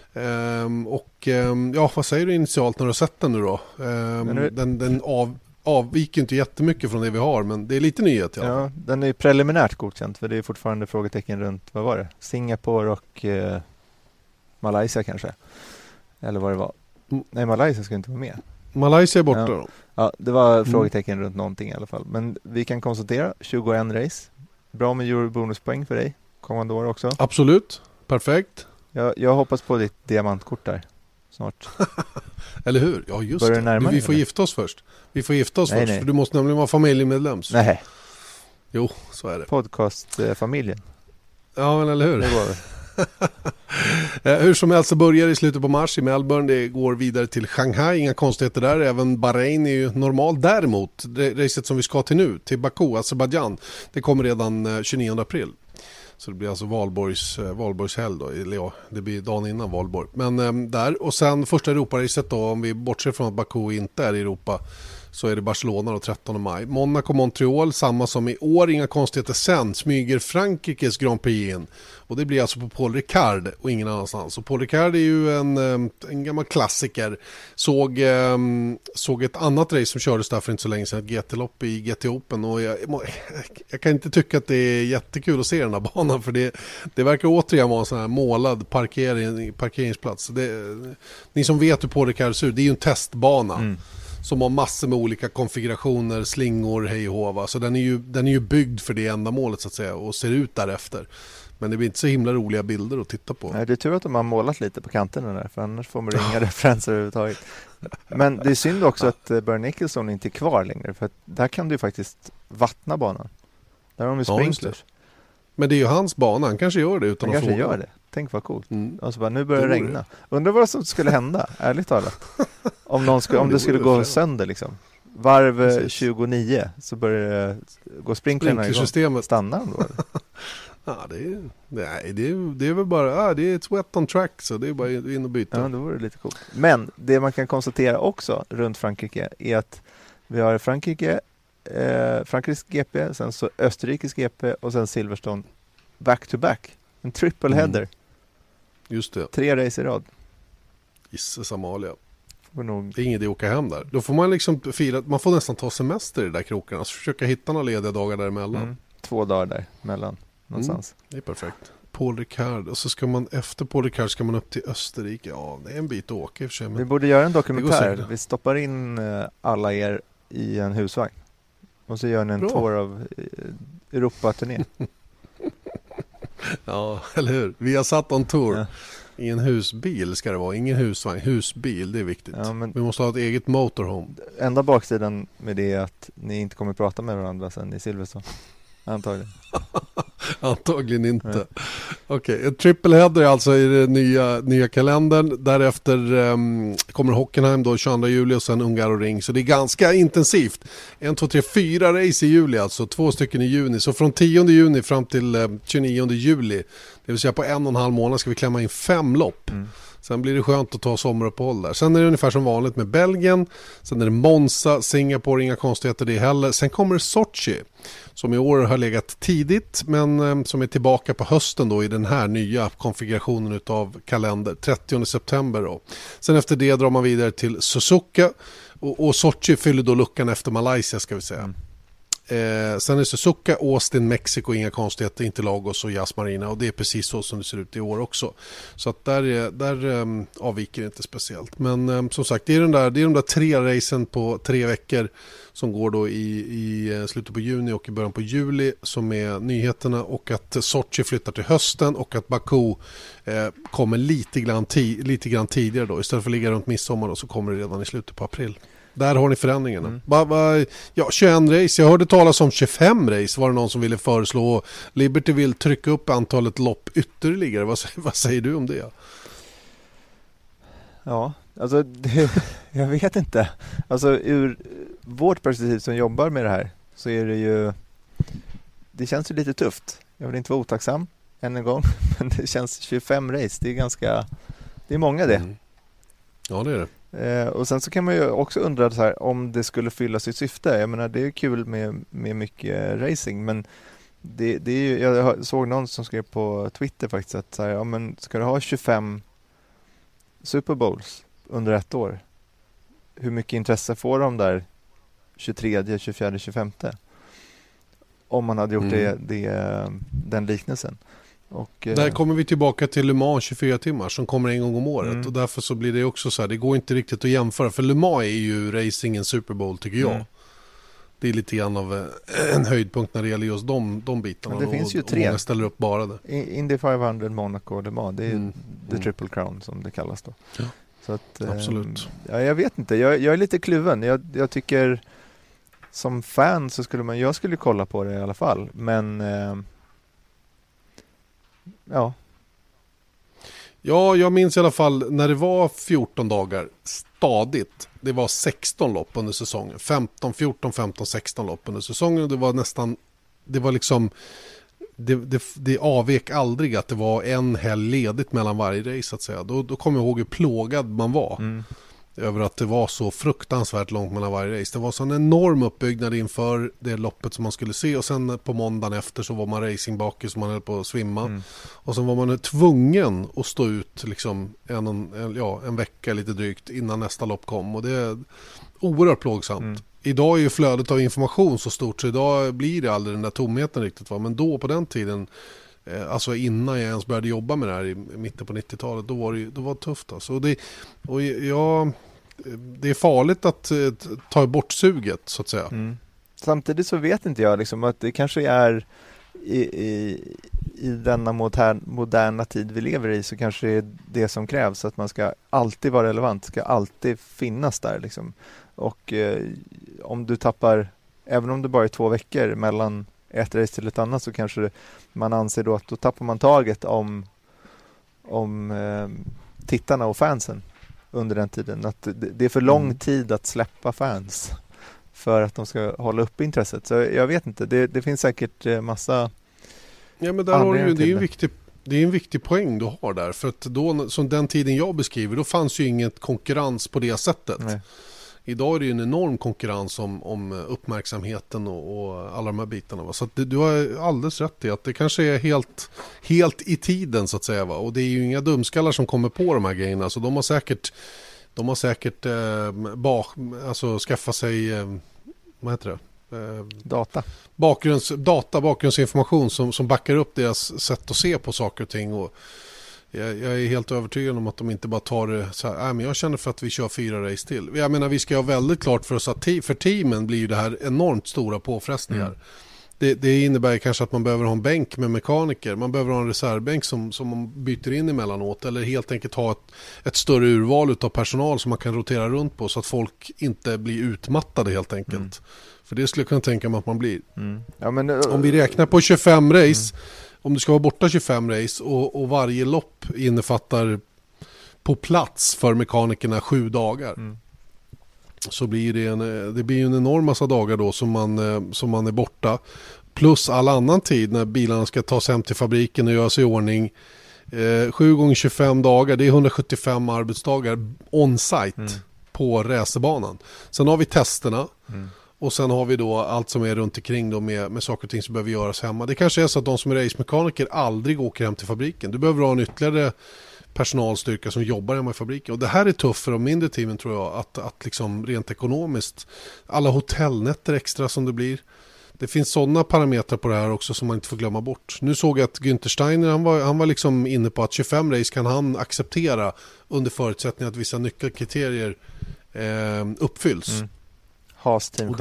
C: Vad säger du initialt när du har sett den nu då? Den avviker inte jättemycket från det vi har, men det är lite nyhet.
D: Ja, den är preliminärt godkänd, för det är fortfarande frågetecken runt, vad var det? Singapore och Malaysia kanske? Eller vad det var? Nej, Malaysia ska inte vara med.
C: Malaysia är borta då.
D: Ja, det var frågetecken runt någonting i alla fall. Men vi kan konstatera, 21 race. Bra med Euro-bonuspoäng för dig kommande år också.
C: Absolut, perfekt.
D: Jag hoppas på ditt diamantkort där snart.
C: Eller hur? Ja, just det. Men vi får gifta oss först. Nej. För du måste nämligen vara familjemedlem.
D: Nej.
C: Jo, så är det.
D: Podcastfamiljen.
C: Ja, men eller hur?
D: Det var det.
C: Hur som helst så börjar det i slutet på mars i Melbourne. Det går vidare till Shanghai. Inga konstigheter där. Även Bahrain är ju normal. Däremot, det racet som vi ska till nu, till Baku, Azerbaijan, det kommer redan 29 april. Så det blir alltså Valborgs helg då. Det blir dagen innan Valborg. Men där. Och sen första Europaracet då, om vi bortser från att Baku inte är i Europa, så är det Barcelona då 13 maj. Monaco, Montreal, samma som i år, inga konstigheter sen, smyger Frankrikes Grand Prix in. Och det blir alltså på Paul Ricard och ingen annanstans. Och Paul Ricard är ju en gammal klassiker. Såg ett annat race som kördes där för inte så länge sedan, ett GT-lopp i GT Open. Och jag kan inte tycka att det är jättekul att se den här banan, för det verkar återigen vara en sån här målad parkeringsplats. Ni som vet hur Paul Ricard ser ut, det är ju en testbana. Som har massor med olika konfigurationer, slingor, hej och hova. Så den är ju byggd för det ändamålet så att säga, och ser ut därefter. Men det blir inte så himla roliga bilder att titta på.
D: Nej, det är tur att de har målat lite på kanterna där, för annars får man inga referenser överhuvudtaget. Men det är synd också att Bernie Nicholson inte är kvar längre, för att där kan du ju faktiskt vattna banan. Där har de ju sprinklers.
C: Men det är ju hans bana, han kanske gör det utan
D: han
C: att
D: kanske
C: fråga.
D: Gör det. Tänk vad coolt. Alltså bara, nu börjar det regna. Undrar vad som skulle hända, ärligt talat. Om det skulle gå sönder liksom. Varv 29 så börjar det gå sprinklerna igång. Stannar de då?
C: Ja, det är väl bara det är ett wet on track, så det är bara in och byta.
D: Ja, då vore det lite coolt. Men det man kan konstatera också runt Frankrike är att vi har Frankrikes GP, sen så Österrikes GP och sen Silverstone back to back. En triple header.
C: Just det.
D: 3 race i rad.
C: Gisses Amalia.
D: Nog...
C: Det är ingen idé att åka hem där. Då får man liksom fira, man får nästan ta semester i de där krokarna, så försöka hitta några lediga dagar däremellan.
D: 2 dagar där mellan någonstans.
C: Det är perfekt. Paul Ricard, och så ska man efter Paul Ricard ska man upp till Österrike. Ja, det är en bit att åka i och för sig. Men
D: vi borde göra en dokumentär. Vi stoppar in alla er i en husvagn. Och så gör ni en tour av Europa-turné.
C: Ja, eller hur? Vi har satt en tour i en husbil ska det vara. Ingen husvagn, husbil, det är viktigt. Ja, men vi måste ha ett eget motorhome.
D: Enda baksidan med det är att ni inte kommer prata med varandra sen i Silverstone. Antagligen.
C: Antagligen inte. Okej, ett triple header alltså i den nya kalendern. Därefter kommer Hockenheim då 22 juli och sen Hungaroring. Så det är ganska intensivt. 1, 2, 3, 4 race i juli alltså. 2 stycken i juni. Så från 10 juni fram till 29 juli. Det vill säga på 1,5 månad ska vi klämma in 5 lopp. Sen blir det skönt att ta sommaruppehåll där. Sen är det ungefär som vanligt med Belgien. Sen är det Monza, Singapore, inga konstigheter det heller. Sen kommer det Sochi, som i år har legat tidigt, men som är tillbaka på hösten då i den här nya konfigurationen utav kalender. 30 september då. Sen efter det drar man vidare till Suzuka. Och Sochi fyller då luckan efter Malaysia ska vi säga. Sen är Suzuka, Austin, Mexiko, inga konstigheter, inte Lagos och Yas Marina, och det är precis så som det ser ut i år också. Så att där avviker det inte speciellt. Men som sagt, det är de där 3 racen på 3 veckor som går då i slutet på juni och i början på juli som är nyheterna, och att Sochi flyttar till hösten och att Baku kommer lite grann tidigare då. Istället för att ligga runt midsommar då, så kommer det redan i slutet på april. Där har ni förändringarna. 21 race. Jag hörde talas om 25 race. Var det någon som ville föreslå? Liberty vill trycka upp antalet lopp ytterligare. Vad säger du om det?
D: Ja, alltså jag vet inte. Alltså ur vårt perspektiv som jobbar med det här så är det ju, det känns ju lite tufft. Jag vill inte vara otacksam än en gång, men det känns 25 race. Det är många det.
C: Ja, det är det.
D: Och sen så kan man ju också undra så här, om det skulle fylla sitt syfte. Jag menar, det är kul med mycket racing, men det är ju, jag såg någon som skrev på Twitter faktiskt att så här, ja, men ska du ha 25 Super Bowls under ett år, hur mycket intresse får de där 23, 24, 25? Om man hade gjort den liknelsen. Och,
C: där kommer vi tillbaka till Le Mans 24 timmar som kommer en gång om året, och därför så blir det också så här, det går inte riktigt att jämföra, för Le Mans är ju racingen Super Bowl tycker jag. Det är lite grann av en höjdpunkt när det gäller just de bitarna.
D: Men det finns ju 3.
C: Många ställer upp bara det.
D: Indy 500, Monaco och Le Mans, det är the Triple Crown som det kallas då.
C: Ja.
D: Så att,
C: absolut.
D: Jag vet inte, jag är lite kluven. Jag tycker som fan så skulle jag skulle kolla på det i alla fall, men
C: Ja, jag minns i alla fall när det var 14 dagar stadigt. Det var 16 lopp under säsongen. 14, 15, 16 lopp under säsongen. Och det var nästan, det var liksom, det avvek aldrig att det var en helg ledigt mellan varje race så att säga. Då kommer jag ihåg hur plågad man var. över att det var så fruktansvärt långt mellan varje race. Det var så en enorm uppbyggnad inför det loppet som man skulle se och sen på måndagen efter så var man racingbakis så man höll på att svimma. Och sen var man tvungen att stå ut liksom en vecka lite drygt innan nästa lopp kom och det är oerhört plågsamt. Idag är ju flödet av information så stort så idag blir det aldrig den där tomheten riktigt. Va? Men då på den tiden, alltså innan jag ens började jobba med det här i mitten på 90-talet, då var det tufft. Alltså. Det är farligt att ta bort suget så att säga.
D: Samtidigt så vet inte jag liksom, att det kanske är i denna moderna tid vi lever i så kanske det är det som krävs, att man ska alltid vara relevant, ska alltid finnas där liksom. Och om du tappar, även om det bara är 2 veckor mellan ett race till ett annat så kanske man anser då att då tappar man taget om tittarna och fansen under den tiden. Att det är för lång tid att släppa fans för att de ska hålla upp intresset. Så jag vet inte, det finns säkert massa.
C: Ja, men där har du, det är en viktig poäng du har där. För att då, som den tiden jag beskriver, då fanns ju inget konkurrens på det sättet. Nej. Idag är det ju en enorm konkurrens om uppmärksamheten och alla de här bitarna. Va? Så att du har alldeles rätt i att det kanske är helt i tiden så att säga. Va? Och det är ju inga dumskallar som kommer på de här grejerna. Så de har säkert alltså skaffa sig, vad heter det? Bakgrundsinformation som backar upp deras sätt att se på saker och ting. Och jag är helt övertygad om att de inte bara tar det så här, men jag känner för att vi kör 4 race till. Jag menar, vi ska ha väldigt klart för oss att för teamen blir ju det här enormt stora påfrestningar. Det innebär kanske att man behöver ha en bänk med mekaniker. Man behöver ha en reservbänk som man byter in emellanåt. Eller helt enkelt ha ett större urval av personal som man kan rotera runt på så att folk inte blir utmattade helt enkelt. För det skulle jag kunna tänka mig att man blir. Ja, men, om vi räknar på 25 race, om du ska vara borta 25 race och varje lopp innefattar på plats för mekanikerna 7 dagar. Så blir det blir en enorm massa dagar då som man är borta. Plus all annan tid när bilarna ska tas hem till fabriken och göras i ordning. 7 gånger 25 dagar, det är 175 arbetsdagar on-site på racerbanan. Sen har vi testerna. Och sen har vi då allt som är runt omkring då med saker och ting som behöver göras hemma. Det kanske är så att de som är racemekaniker aldrig åker hem till fabriken. Du behöver ha en ytterligare personalstyrka som jobbar hemma i fabriken. Och det här är tufft för de mindre teamen tror jag. Att liksom rent ekonomiskt. Alla hotellnätter extra som det blir. Det finns sådana parametrar på det här också som man inte får glömma bort. Nu såg jag att Günther Steiner han var liksom inne på att 25 race kan han acceptera under förutsättning att vissa nyckelkriterier uppfylls. Och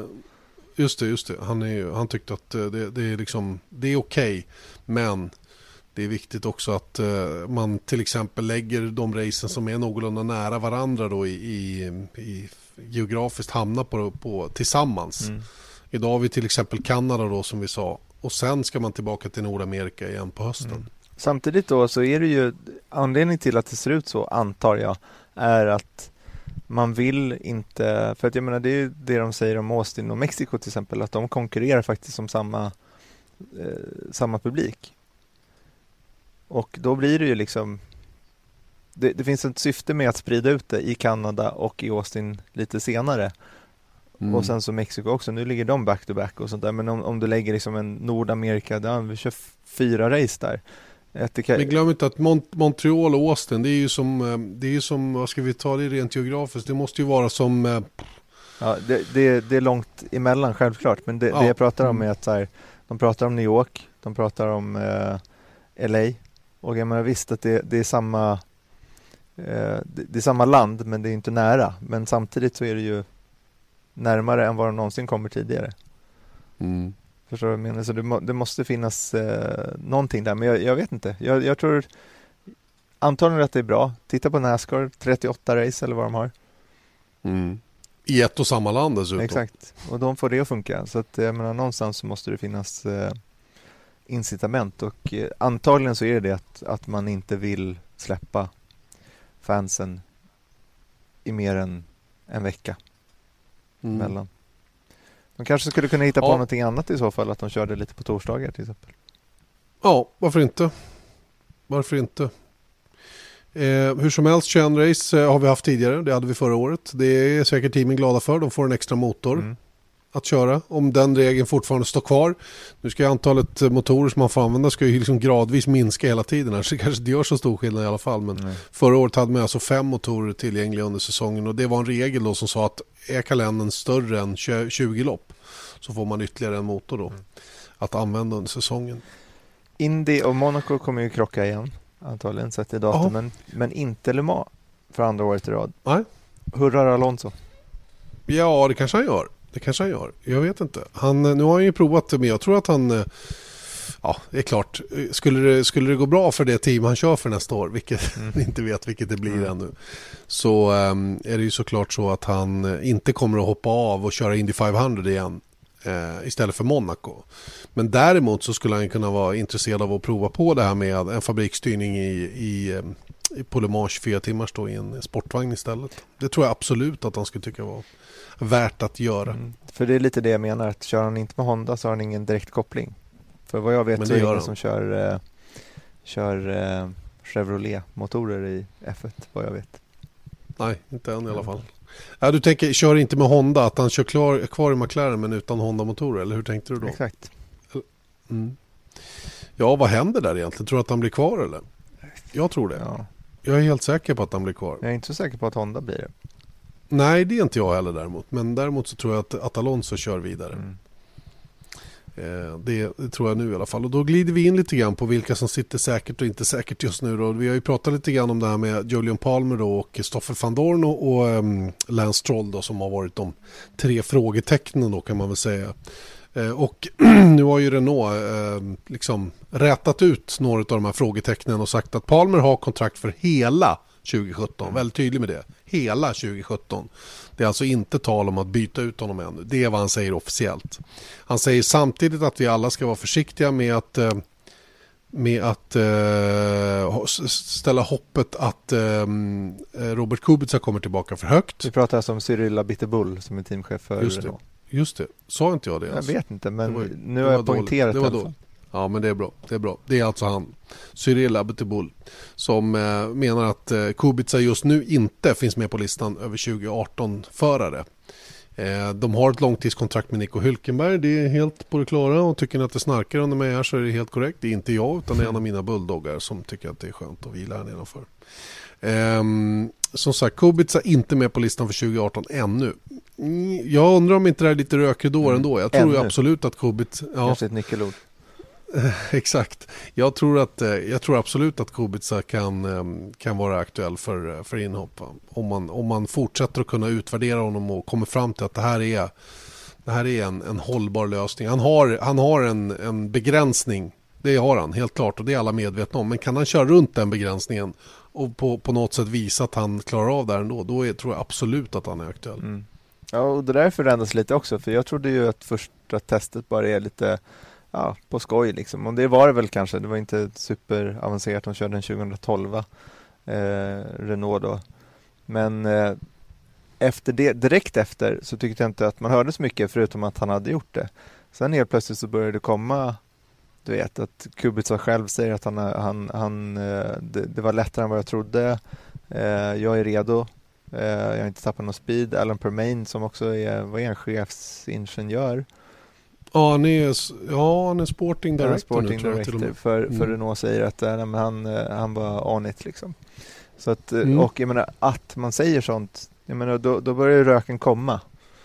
C: just det. Han tyckte att det är liksom, det är okej, men det är viktigt också att man till exempel lägger de racen som är någorlunda nära varandra då i geografiskt hamnar på tillsammans. Idag har vi till exempel Kanada då som vi sa, och sen ska man tillbaka till Nordamerika igen på hösten.
D: Samtidigt då så är det ju anledning till att det ser ut så, antar jag, är att man vill inte, för att jag menar det är ju det de säger om Austin och Mexiko till exempel, att de konkurrerar faktiskt om samma publik. Och då blir det ju liksom, det finns ett syfte med att sprida ut det i Kanada och i Austin lite senare. Och sen så Mexiko också, nu ligger de back to back och sånt där, men om du lägger liksom en Nordamerika, där vi kör 4 race där.
C: Men glöm inte att Montreal och Austin, det är ju som, vad ska vi ta det rent geografiskt, det måste ju vara som
D: ja, det är långt emellan självklart, men det jag pratar om är att så här, de pratar om New York, de pratar om LA, och jag menar visst att det är samma det är samma land, men det är inte nära, men samtidigt så är det ju närmare än vad de någonsin kommer tidigare. Förstår du vad jag menar? Så det måste finnas någonting där. Men jag vet inte. Jag tror antagligen att det är bra. Titta på NASCAR, 38 race eller vad de har.
C: I ett och samma land dessutom.
D: Exakt. Och de får det att funka. Så att, jag menar, någonstans så måste det finnas incitament. Och antagligen så är det att man inte vill släppa fansen i mer än en vecka mellan. De kanske skulle kunna hitta på någonting annat i så fall, att de körde lite på torsdagar till exempel.
C: Ja, varför inte? Hur som helst, 21 race har vi haft tidigare. Det hade vi förra året. Det är säkert teamen glada för. De får en extra motor att köra. Om den regeln fortfarande står kvar. Nu ska antalet motorer som man får använda ska ju liksom gradvis minska hela tiden. Här. Så det kanske inte gör så stor skillnad i alla fall. Men förra året hade man alltså 5 motorer tillgängliga under säsongen. Och det var en regel då som sa att är kalendern större än 20 lopp så får man ytterligare en motor då att använda under säsongen.
D: Indy och Monaco kommer ju krocka igen antagligen sett i datum, men inte Le Mans för andra året i rad.
C: Nej.
D: Hurrar Alonso?
C: Ja, det kanske han gör. Jag vet inte. Nu har han ju provat det, men jag tror att han... Ja, det är klart. Skulle det gå bra för det team han kör för nästa år, vilket inte vet vilket det blir ännu, så är det ju såklart så att han inte kommer att hoppa av och köra Indy 500 igen istället för Monaco. Men däremot så skulle han kunna vara intresserad av att prova på det här med en fabriksstyrning i på Le Mans 24 timmars då i en sportvagn istället. Det tror jag absolut att han skulle tycka var värt att göra.
D: För det är lite det jag menar, att kör han inte med Honda så har han ingen direkt koppling. För vad jag vet så är det ingen som kör Chevrolet-motorer i F1, vad jag vet.
C: Nej, inte än i alla fall. Ja, du tänker, kör inte med Honda, att han kör kvar i McLaren men utan Honda-motorer, eller hur tänkte du då?
D: Exakt.
C: Ja, vad händer där egentligen? Tror du att han blir kvar eller? Jag tror det.
D: Ja.
C: Jag är helt säker på att han blir kvar.
D: Jag är inte så säker på att Honda blir det.
C: Nej, det är inte jag heller däremot. Men däremot så tror jag att Alonso kör vidare. Det tror jag nu i alla fall. Och då glider vi in lite grann på vilka som sitter säkert och inte säkert just nu. Då. Vi har ju pratat lite grann om det här med Julian Palmer då och Stoffel van Dorn och Lance Stroll då, som har varit de 3 frågetecknen då, kan man väl säga. Och nu har ju Renault liksom rätat ut några av de här frågetecknen och sagt att Palmer har kontrakt för hela 2017. Väldigt tydlig med det. Hela 2017. Det är alltså inte tal om att byta ut honom ännu. Det är vad han säger officiellt. Han säger samtidigt att vi alla ska vara försiktiga med att ställa hoppet att Robert Kubica kommer tillbaka för högt.
D: Vi pratar alltså om Cyril Abiteboul som är teamchef för Renault.
C: Just det. Sa inte jag det?
D: Jag vet inte, men nu har jag poängterat det i alla fall.
C: Ja, men det är bra. Det är alltså han, Cyril Abiteboul, som menar att Kubica just nu inte finns med på listan över 2018-förare. De har ett långtidskontrakt med Nico Hülkenberg, det är helt på det klara, och tycker ni att det snarkar under mig här så är det helt korrekt. Det är inte jag, utan det är en av mina bulldoggar som tycker att det är skönt att vila här nedanför. Som sagt, Kubica inte med på listan för 2018 ännu. Jag undrar om inte det är lite rökridår ändå. Jag tror ju absolut att Kubica... Ja.
D: Kanske ett nyckelord.
C: Exakt. Jag tror absolut att Kubica kan vara aktuell för inhopp. Om man fortsätter att kunna utvärdera honom och kommer fram till att det här är en hållbar lösning. Han har en begränsning. Det har han, helt klart. Och det är alla medvetna om. Men kan han köra runt den begränsningen och på något sätt visa att han klarar av det ändå, då tror jag absolut att han är aktuell.
D: Ja, och det där förändras lite också. För jag trodde ju att första testet bara är lite... Ja, på skoj liksom. Och det var det väl kanske. Det var inte superavancerat. De körde den 2012 Renault då. Men efter det, direkt efter så tyckte jag inte att man hörde så mycket förutom att han hade gjort det. Sen helt plötsligt så började det komma, du vet, att Kubica själv säger att det var lättare än vad jag trodde. Jag är redo. Jag har inte tappat någon speed. Alan Permain som också var en chefsingenjör.
C: Ja, han är sporting director,
D: sporting director för Renault säger att han var on it liksom. Så att, och jag menar att man säger sånt, jag menar då börjar röken komma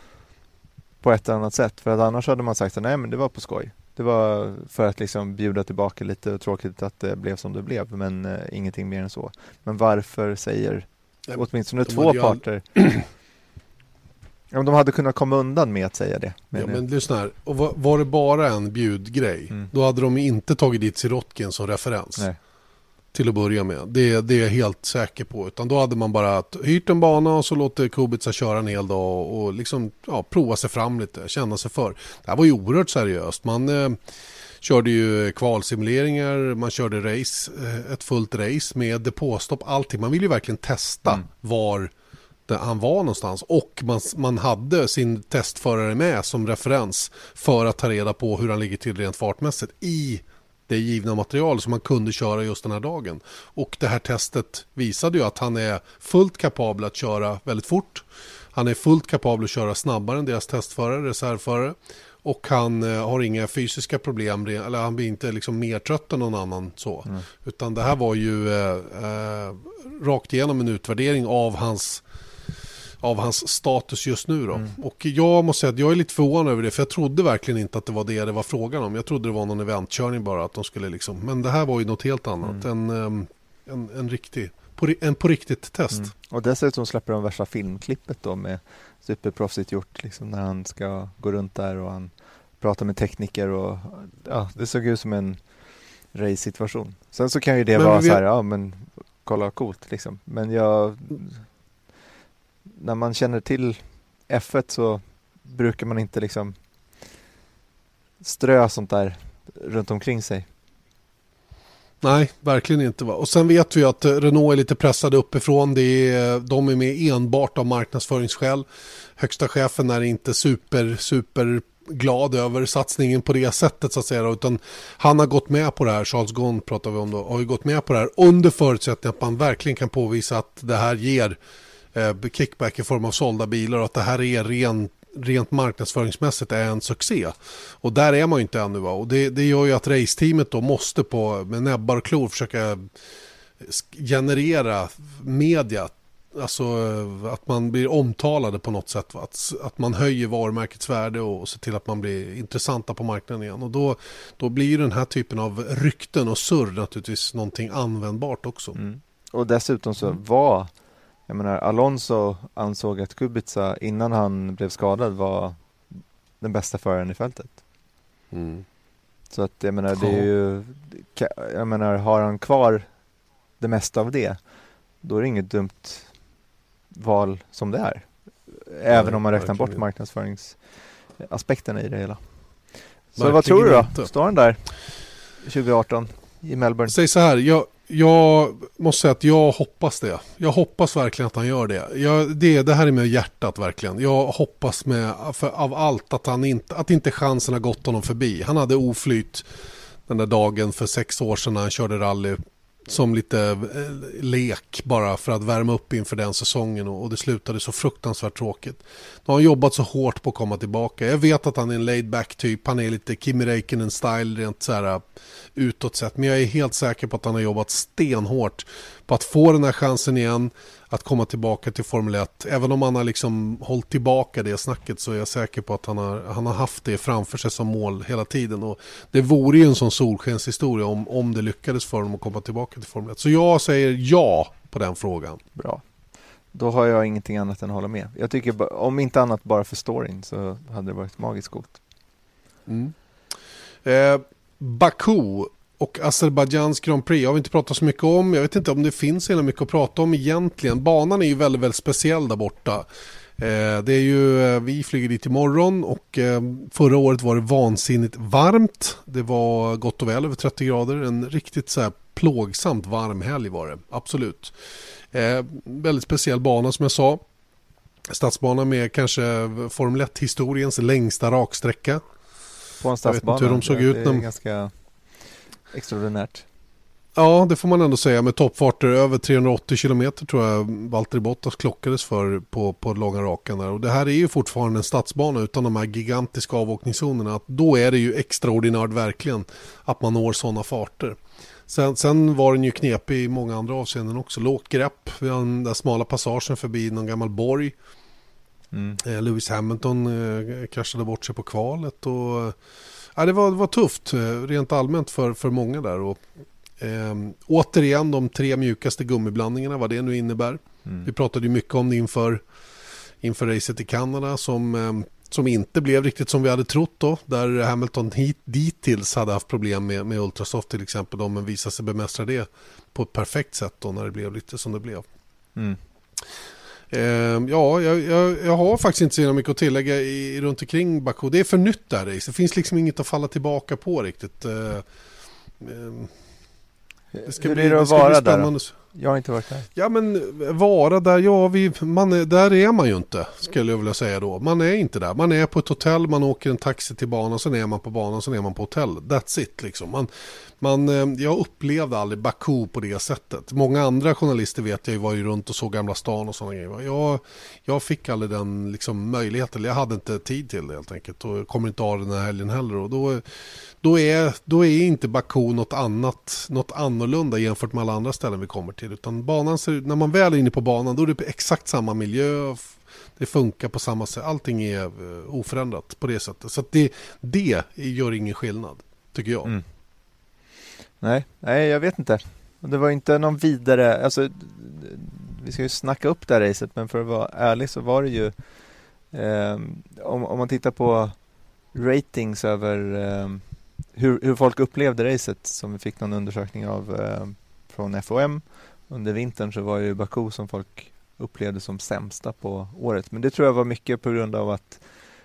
D: på ett eller annat sätt, för att annars hade man sagt att nej, men det var på skoj. Det var för att liksom bjuda tillbaka lite, och tråkigt att det blev som det blev, men ingenting mer än så. Men varför säger åtminstone två parter om de hade kunnat komma undan med att säga det.
C: Men lyssna här. Och var det bara en bjudgrej, då hade de inte tagit dit Sirotkin som referens.
D: Nej.
C: Till att börja med. Det är jag helt säker på. Utan då hade man bara hyrt en bana och så låter Kubica köra en hel dag och liksom, prova sig fram lite, känna sig för. Det här var ju oerhört seriöst. Man körde ju kvalsimuleringar, man körde race, ett fullt race med depåstopp, allting. Man ville ju verkligen testa var han var någonstans, och man hade sin testförare med som referens för att ta reda på hur han ligger till rent fartmässigt i det givna material som man kunde köra just den här dagen. Och det här testet visade ju att han är fullt kapabel att köra väldigt fort. Han är fullt kapabel att köra snabbare än deras testförare, reservförare. Och han har inga fysiska problem, eller han blir inte liksom mer trött än någon annan så. Utan det här var ju rakt igenom en utvärdering av hans status just nu då. Och jag måste säga att jag är lite förvånad över det, för jag trodde verkligen inte att det var det var frågan om. Jag trodde det var någon eventkörning bara, att de skulle liksom, men det här var ju något helt annat. En riktig, på riktigt test.
D: Och dessutom släpper de värsta filmklippet då med superproffsigt gjort liksom, när han ska gå runt där och han pratar med tekniker och ja, det såg ut som en race-situation. Sen så kan ju det vara så här, ja men kolla coolt liksom. Men när man känner till F1 så brukar man inte liksom strö sånt där runt omkring sig.
C: Nej, verkligen inte. Och sen vet vi att Renault är lite pressade uppifrån. De är med enbart av marknadsföringsskäl. Högsta chefen är inte super glad över satsningen på det sättet så att säga. Utan han har gått med på det här, Charles Ghosn pratar vi om då, har ju gått med på det här under förutsättning att man verkligen kan påvisa att det här ger kickback i form av sålda bilar och att det här är rent marknadsföringsmässigt är en succé. Och där är man ju inte ännu. Va? Och det gör ju att raceteamet då måste med näbbar och klor försöka generera media. Alltså att man blir omtalade på något sätt. Va? Att man höjer varumärkets värde och ser till att man blir intressanta på marknaden igen. Och då blir ju den här typen av rykten och surr naturligtvis någonting användbart också.
D: Och dessutom så var, jag menar, Alonso ansåg att Kubica innan han blev skadad var den bästa föraren i fältet. Så att jag menar, det är ju, jag menar, har han kvar det mesta av det, då är det inget dumt val som det är. Även om man räknar bort marknadsföringsaspekterna i det hela. Så verkligen, vad tror du då? Inte. Står han där 2018 i Melbourne?
C: Säg så här, jag måste säga att jag hoppas det. Jag hoppas verkligen att han gör det. Det här är med hjärtat verkligen. Jag hoppas av allt att inte chansen har gått honom förbi. Han hade oflyt den där dagen för 6 år sedan när han körde rally som lite lek bara för att värma upp inför den säsongen och det slutade så fruktansvärt tråkigt. Nu har han jobbat så hårt på att komma tillbaka. Jag vet att han är en laid back typ. Han är lite Kimi Räikkönen style rent så här utåt sett. Men jag är helt säker på att han har jobbat stenhårt på att få den här chansen igen att komma tillbaka till Formel 1. Även om han har liksom hållit tillbaka det snacket så är jag säker på att han har haft det framför sig som mål hela tiden. Och det vore ju en sån solskenshistoria om det lyckades för honom att komma tillbaka till Formel 1. Så jag säger ja på den frågan.
D: Bra. Då har jag ingenting annat än att hålla med. Jag tycker om inte annat bara för storyn så hade det varit magiskt coolt.
C: Baku och Azerbajdzjans Grand Prix har vi inte pratat så mycket om. Jag vet inte om det finns så mycket att prata om egentligen. Banan är ju väldigt, väldigt speciell där borta. Det är ju, vi flyger dit imorgon och förra året var det vansinnigt varmt. Det var gott och väl över 30 grader. En riktigt så här plågsamt varm helg var det, absolut. Väldigt speciell bana som jag sa. Stadsbana med kanske Formel 1-historiens längsta raksträcka.
D: På en stadsbana,
C: jag vet inte hur de såg ut.
D: Det är ganska extraordinärt.
C: Ja, det får man ändå säga. Med toppfarter över 380 kilometer tror jag Valtteri Bottas klockades för på långa rakan där. Och det här är ju fortfarande en stadsbana utan de här gigantiska avåkningszonerna. Att då är det ju extraordinärt verkligen att man når sådana farter. Sen var den ju knepig i många andra avseenden också. Lågt grepp, vi har den där smala passagen förbi någon gammal borg. Lewis Hamilton kraschade bort sig på kvalet. Och, det var tufft rent allmänt för många där. Och, återigen de 3 mjukaste gummiblandningarna, vad det nu innebär. Vi pratade ju mycket om det inför racet i Kanada som inte blev riktigt som vi hade trott då, där Hamilton dittills hade haft problem med Ultrasoft till exempel, men visade sig bemästra det på ett perfekt sätt då när det blev lite som det blev. Jag har faktiskt inte så mycket att tillägga runt omkring Baku. Det är för nytt där race. Det finns liksom inget att falla tillbaka på riktigt.
D: Det ska bli spännande. Jag har inte varit där.
C: Ja, men vara där, där är man ju inte, skulle jag vilja säga då. Man är inte där. Man är på ett hotell, man åker en taxi till banan, sen är man på banan, sen är man på hotell. That's it liksom. Jag upplevde aldrig Baku på det sättet. Många andra journalister vet jag var ju runt och såg Gamla stan och sådana grejer. Jag fick aldrig den liksom möjligheten. Jag hade inte tid till det helt enkelt. Och kommer inte av den här helgen heller. Och då är inte Baku något annorlunda jämfört med alla andra ställen vi kommer till. Utan banan, när man väl är inne på banan, då är det exakt samma miljö. Det funkar på samma sätt. Allting är oförändrat på det sättet. Så att det gör ingen skillnad, tycker jag.
D: Mm. Nej, jag vet inte. Det var inte någon vidare, alltså vi ska ju snacka upp det här racet, men för att vara ärlig så var det ju om man tittar på ratings över hur folk upplevde racet, som vi fick någon undersökning av från FOM under vintern, så var det ju Baku som folk upplevde som sämsta på året. Men det tror jag var mycket på grund av att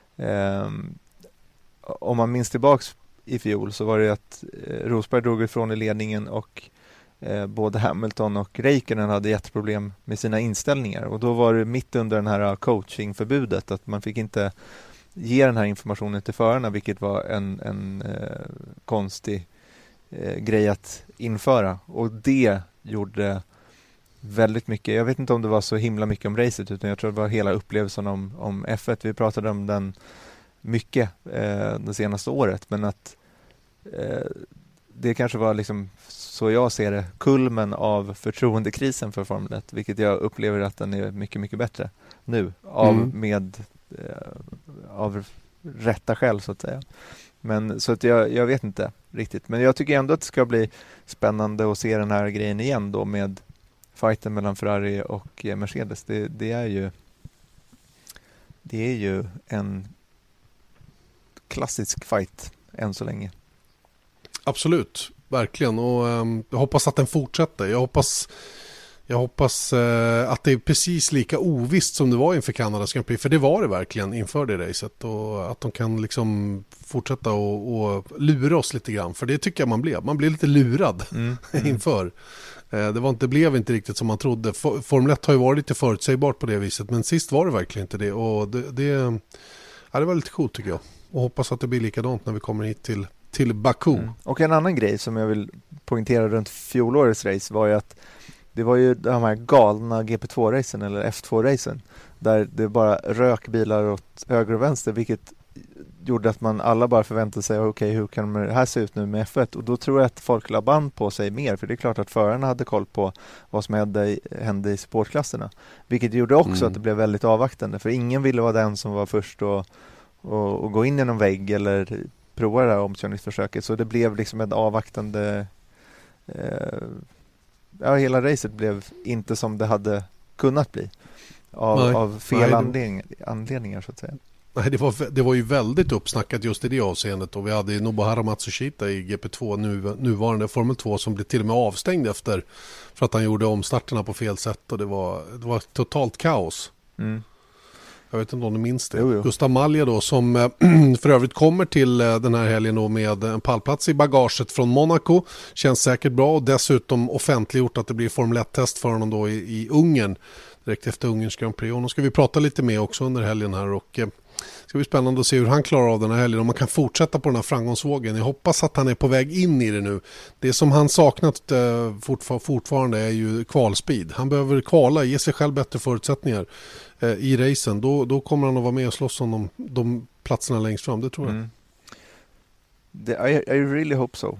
D: om man minns tillbaks i fjol så var det att Rosberg drog ifrån i ledningen och både Hamilton och Räikkönen hade jätteproblem med sina inställningar. Och då var det mitt under den här coachingförbudet att man fick inte ge den här informationen till förarna, vilket var en konstig grej att införa. Och det gjorde väldigt mycket. Jag vet inte om det var så himla mycket om racet, utan jag tror det var hela upplevelsen om F1. Vi pratade om den mycket det senaste året, men att det kanske var liksom, så jag ser det, kulmen av förtroendekrisen för Formel 1, vilket jag upplever att den är mycket, mycket bättre nu av rätta skäl så att säga. Men så att jag vet inte riktigt, men jag tycker ändå att det ska bli spännande att se den här grejen igen då med fighten mellan Ferrari och Mercedes. Det är ju en klassisk fight än så länge.
C: Absolut, verkligen. Och jag hoppas att den fortsätter. Jag hoppas att det är precis lika ovisst som det var inför Kanadas Grand Prix. För det var det verkligen inför det racet. Och att de kan liksom fortsätta och lura oss lite grann. För det tycker jag man blev. Man blev lite lurad inför. Det blev inte riktigt som man trodde. Formel 1 har ju varit lite förutsägbart på det viset. Men sist var det verkligen inte det. Och det var lite coolt tycker jag. Och hoppas att det blir likadant när vi kommer hit till Baku.
D: Och en annan grej som jag vill poängtera runt fjolårets race var ju att det var ju de här galna GP2-racen eller F2-racen där det bara rök bilar åt höger och vänster, vilket gjorde att man alla bara förväntade sig okej, hur kan det här se ut nu med F1? Och då tror jag att folk la band på sig mer, för det är klart att förarna hade koll på vad som hände i sportklasserna, vilket gjorde också att det blev väldigt avvaktande, för ingen ville vara den som var först och gå in i någon vägg eller prova det här omkörningsförsöket, så det blev liksom ett avvaktande hela racet blev inte som det hade kunnat bli av fel anledningar så att säga.
C: Nej, det var ju väldigt uppsnackat just i det avseendet, och vi hade Nobuhara Matsushita i GP2 nuvarande Formel 2 som blev till och med avstängd för att han gjorde omstarterna på fel sätt, och det var totalt kaos. Jag vet inte om du minns det.
D: Jo.
C: Gustav Malja då, som för övrigt kommer till den här helgen då med en pallplats i bagaget från Monaco. Känns säkert bra, och dessutom offentliggjort att det blir Formel 1-test för honom då i Ungern. Direkt efter Ungerns Grand Prix. Och nu ska vi prata lite med också under helgen här, och det ska bli spännande att se hur han klarar av den här helgen. Om man kan fortsätta på den här framgångsvågen. Jag hoppas att han är på väg in i det nu. Det som han saknat fortfarande är ju kvalspeed. Han behöver kvala, ge sig själv bättre förutsättningar i racen. Då kommer han att vara med och slåss om de platserna längst fram, det tror jag.
D: I really hope so.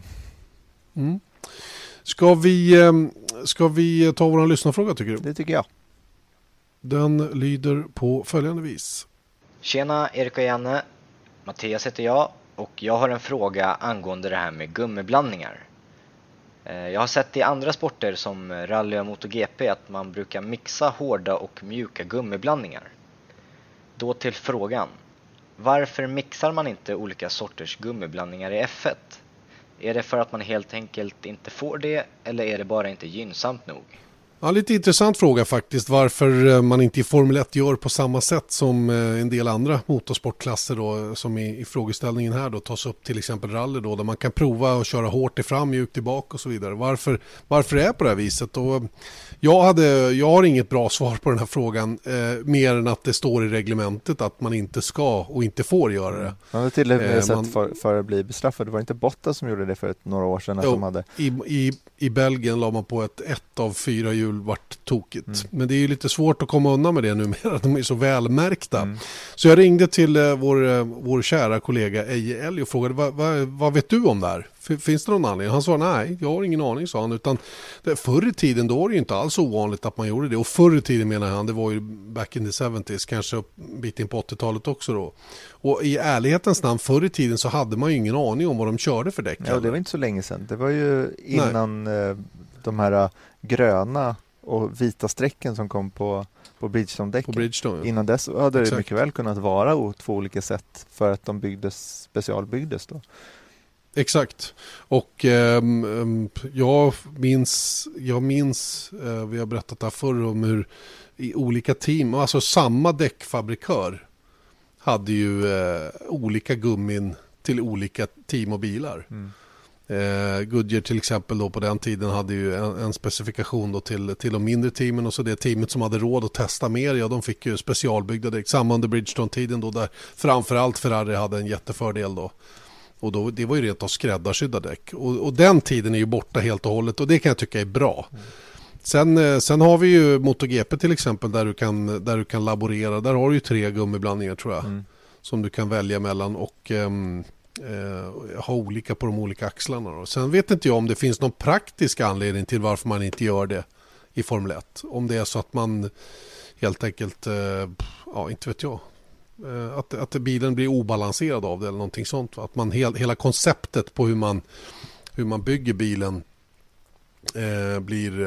C: Ska vi ta vår lyssnarfråga, tycker du?
D: Det tycker jag.
C: Den lyder på följande vis.
F: Tjena Erik och Janne, Mattias heter jag, och jag har en fråga angående det här med gummiblandningar. Jag har sett i andra sporter som rally och MotoGP att man brukar mixa hårda och mjuka gummiblandningar. Då till frågan, varför mixar man inte olika sorters gummiblandningar i F1? Är det för att man helt enkelt inte får det, eller är det bara inte gynnsamt nog?
C: Ja, lite intressant fråga faktiskt. Varför man inte i Formel 1 gör på samma sätt som en del andra motorsportklasser då, som i frågeställningen här då tas upp till exempel rally då, där man kan prova att köra hårt i fram, mjukt tillbaka och så vidare. Varför det är på det här viset? Och jag har inget bra svar på den här frågan mer än att det står i reglementet att man inte ska och inte får göra det.
D: Man har till och med sett för att bli bestraffad. Det var inte Bottas som gjorde det för några år sedan. Att de hade...
C: I Belgien la man på ett av 4 hjul vart tokigt. Men det är ju lite svårt att komma undan med det numera. De är så välmärkta. Så jag ringde till vår kära kollega Eje Elg och frågade vad vet du om det här? Finns det någon anledning? Han sa nej, jag har ingen aning, sa han. Utan förr i tiden då var det ju inte alls ovanligt att man gjorde det. Och förr i tiden menar han, det var ju back in the 70s, kanske en bit in på 80-talet också då. Och i ärlighetens namn, förr i tiden så hade man ju ingen aning om vad de körde för däck.
D: Ja, det var inte så länge sedan. Det var ju innan de här gröna och vita strecken som kom på Bridgestone-däcken.
C: Bridgestone, ja.
D: Innan dess hade det mycket väl kunnat vara två olika sätt för att de specialbyggdes då.
C: Exakt. Och jag minns vi har berättat där förr om hur i olika team, alltså samma däckfabrikör hade ju olika gummin till olika team och bilar. Goodyear till exempel då på den tiden hade ju en specifikation då till de mindre teamen, och så det teamet som hade råd att testa mer, ja, de fick ju specialbyggda däck. Samma under Bridgestone-tiden då, där framförallt Ferrari hade en jättefördel då. Och då, det var ju rent av skräddarsydda däck. Och den tiden är ju borta helt och hållet, och det kan jag tycka är bra. Sen har vi ju MotoGP till exempel, där du kan laborera. Där har du ju 3 gummiblandningar tror jag, som du kan välja mellan och ha olika på de olika axlarna då. Sen vet inte jag om det finns någon praktisk anledning till varför man inte gör det i Formel 1. Om det är så att man helt enkelt, inte vet jag, att bilen blir obalanserad av det eller någonting sånt. Att man hela konceptet på hur man bygger bilen blir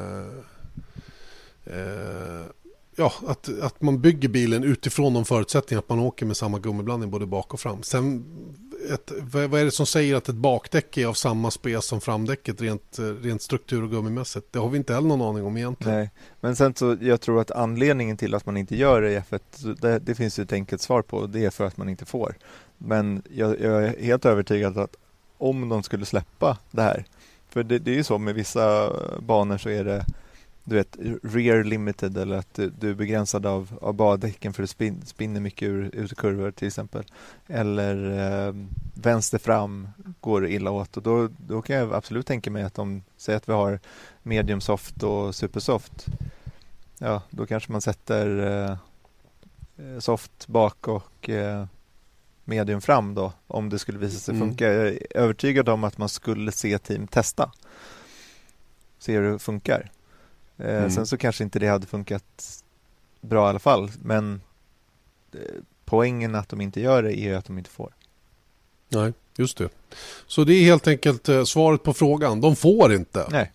C: att man bygger bilen utifrån de förutsättningar att man åker med samma gummiblandning både bak och fram. Sen vad är det som säger att ett bakdäck är av samma spec som framdäcket rent struktur- och gummimässigt? Det har vi inte heller någon aning om egentligen.
D: Nej, men sen så jag tror att anledningen till att man inte gör det är för att det finns ju ett enkelt svar på, det är för att man inte får. Men jag är helt övertygad att om de skulle släppa det här, för det är ju så med vissa banor så är det, du vet, rear limited, eller att du är begränsad av baddäcken för att det spinner mycket ur kurvor till exempel. Eller vänster fram går illa åt, och då kan jag absolut tänka mig att de säger att vi har medium soft och super soft. Ja, då kanske man sätter soft bak och medium fram då, om det skulle visa sig funka. Jag är övertygad om att man skulle se team testa. Se hur det funkar. Sen så kanske inte det hade funkat bra i alla fall, men poängen att de inte gör det är att de inte får.
C: Nej, just det. Så det är helt enkelt svaret på frågan. De får inte.
D: Nej.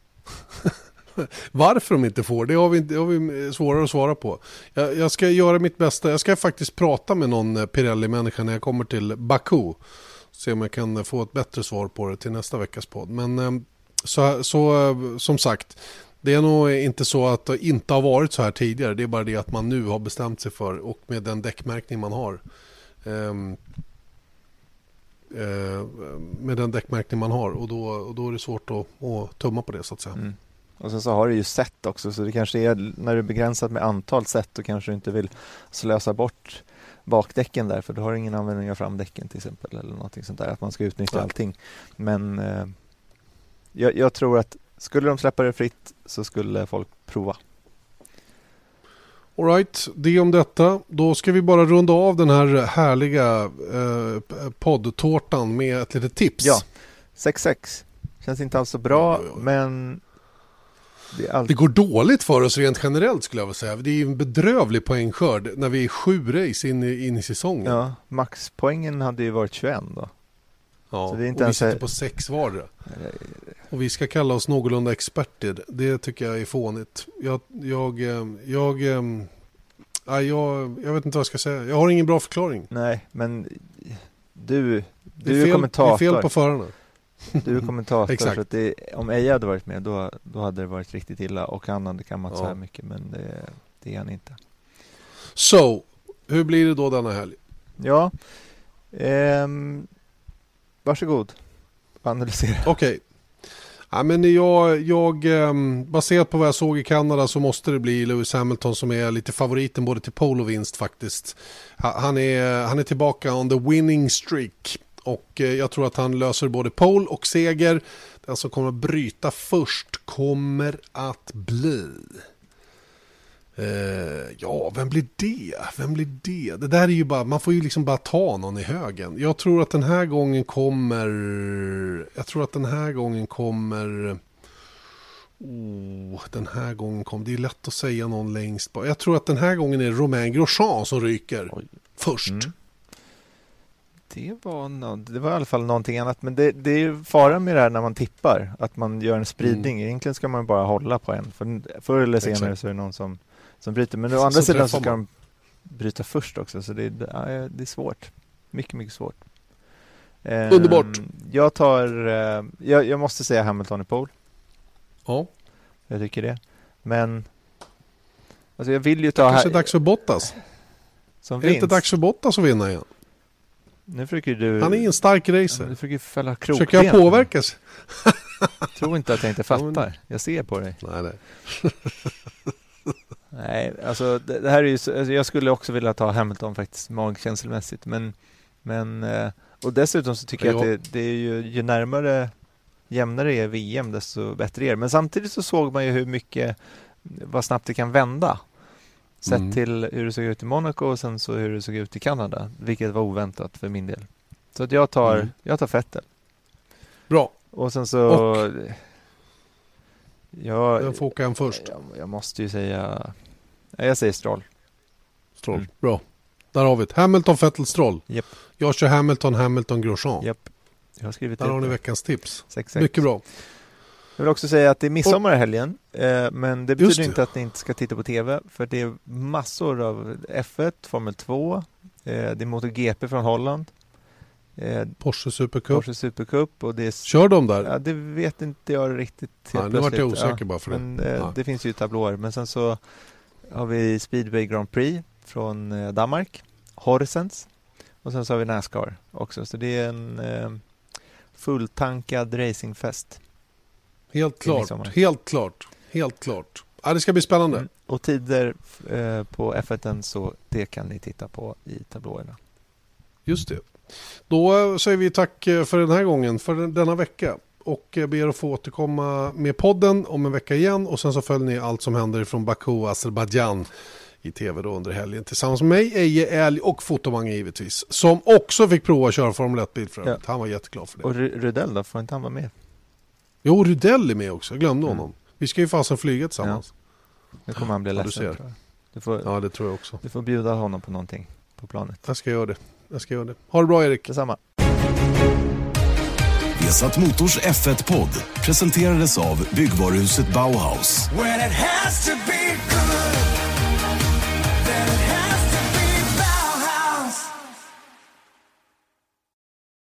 C: Varför de inte får, det har vi svårare att svara på. Jag ska göra mitt bästa. Jag ska faktiskt prata med någon Pirelli-människa när jag kommer till Baku. Se om jag kan få ett bättre svar på det till nästa veckas podd. Men så som sagt, det är nog inte så att det inte har varit så här tidigare. Det är bara det att man nu har bestämt sig för, och med den däckmärkning man har, och då är det svårt att tumma på det så att säga.
D: Och sen så har du ju set också, så det kanske är, när det är begränsat med antal set, då kanske du inte vill slösa bort bakdäcken där, för då har du ingen användning av framdäcken till exempel, eller någonting sånt där, att man ska utnyttja allting. Men jag tror att skulle de släppa det fritt så skulle folk prova.
C: All right, det om detta. Då ska vi bara runda av den här härliga poddtårtan med ett litet tips.
D: Ja, 6-6. Känns inte alls så bra, men
C: det går dåligt för oss rent generellt skulle jag vilja säga. Det är en bedrövlig poängskörd när vi är 7 race in i säsongen.
D: Ja, maxpoängen hade ju varit 21 då.
C: Ja,
D: så det är inte
C: och vi
D: ens
C: sitter på 6 vardera. Och vi ska kalla oss någorlunda experter. Det tycker jag är fånigt. Jag vet inte vad jag ska säga. Jag har ingen bra förklaring.
D: Nej, men du
C: är
D: är kommentator.
C: Det är fel på förarna.
D: Du är kommentator,
C: Exakt.
D: så att om Eje hade varit med då hade det varit riktigt illa och han hade kammat så här mycket, men det är han inte.
C: Så, hur blir det då denna helg?
D: Ja, varsågod. Analysera.
C: Okej. Ja, men jag baserat på vad jag såg i Kanada så måste det bli Lewis Hamilton som är lite favoriten både till pole och vinst faktiskt. Han är tillbaka on the winning streak och jag tror att han löser både pole och seger. Den som kommer att bryta först kommer att bli... vem blir det? Det där är ju bara, man får ju liksom bara ta någon i högen. Jag tror att den här gången kommer det är lätt att säga någon längst bak. Jag tror att den här gången är Romain Grosjean som ryker först.
D: Det var i alla fall någonting annat, men det är ju faran med det här när man tippar, att man gör en spridning. Egentligen ska man bara hålla på en, för förr eller senare så är det någon som bryter, men å andra sidan så ska de bryta först också, så det är svårt. Mycket, mycket svårt.
C: Underbart.
D: Jag måste säga Hamilton i pole.
C: Ja.
D: Jag tycker det. Men alltså jag vill ju ta...
C: Det kanske är dags för Bottas.
D: Som
C: är det inte dags för Bottas att vinna igen?
D: Nu försöker du...
C: Han är en stark racer.
D: Du försöker fälla krokben.
C: Försöker jag påverkas?
D: Tror inte att jag inte fattar. Jag ser på dig.
C: Nej.
D: Nej, alltså det här är ju... Alltså jag skulle också vilja ta Hamilton faktiskt magkänslemässigt. Men och dessutom så tycker jag att det är ju närmare jämnare är VM desto bättre är det. Men samtidigt så såg man ju vad snabbt det kan vända. Sett till hur det såg ut i Monaco och sen så hur det såg ut i Kanada. Vilket var oväntat för min del. Så att jag tar Vettel.
C: Bra.
D: Och sen så...
C: Jag får åka en först.
D: Jag måste ju säga... Jag säger Stroll.
C: Bra. Där har vi det. Hamilton, Vettel, Stroll.
D: Yep.
C: Jag kör Hamilton, Grosjean.
D: Japp. Jag har skrivit
C: där har ni veckans tips.
D: 6-6.
C: Mycket bra.
D: Jag vill också säga att det är midsommar i helgen. Men det betyder inte att ni inte ska titta på tv. För det är massor av F1, Formel 2. Det är MotoGP från Holland.
C: Porsche Supercup.
D: Och det är...
C: Kör de där?
D: Ja, det vet inte jag riktigt.
C: Nej, det var jag osäker bara för det.
D: Men det finns ju tablåer. Men sen så har vi Speedway Grand Prix från Danmark. Horsens. Och sen så har vi NASCAR också. Så det är en fulltankad racingfest.
C: Helt klart. Ja, det ska bli spännande.
D: Och tider på F1 så det kan ni titta på i tablåerna.
C: Just det. Då säger vi tack för den här gången, för denna vecka. Och ber att få återkomma med podden om en vecka igen. Och sen så följer ni allt som händer från Baku och Azerbaijan i tv då under helgen. Tillsammans med mig, Eje, Älg och Fotomange givetvis. Som också fick prova att köra Formel 1-bil för övrigt. Han var jätteglad för det.
D: Och Rudell då? Får inte han vara med?
C: Jo, Rudell är med också. Jag glömde honom. Vi ska ju fasen flyga tillsammans.
D: Nu kommer han bli ledsen, tror jag.
C: Ja, det tror jag också.
D: Du får bjuda honom på någonting på planet.
C: Jag ska göra det. Ha det bra, Erik.
D: Detsamma.
A: Vesat Motors F1-podd presenterades av byggvaruhuset Bauhaus.
B: When it has to be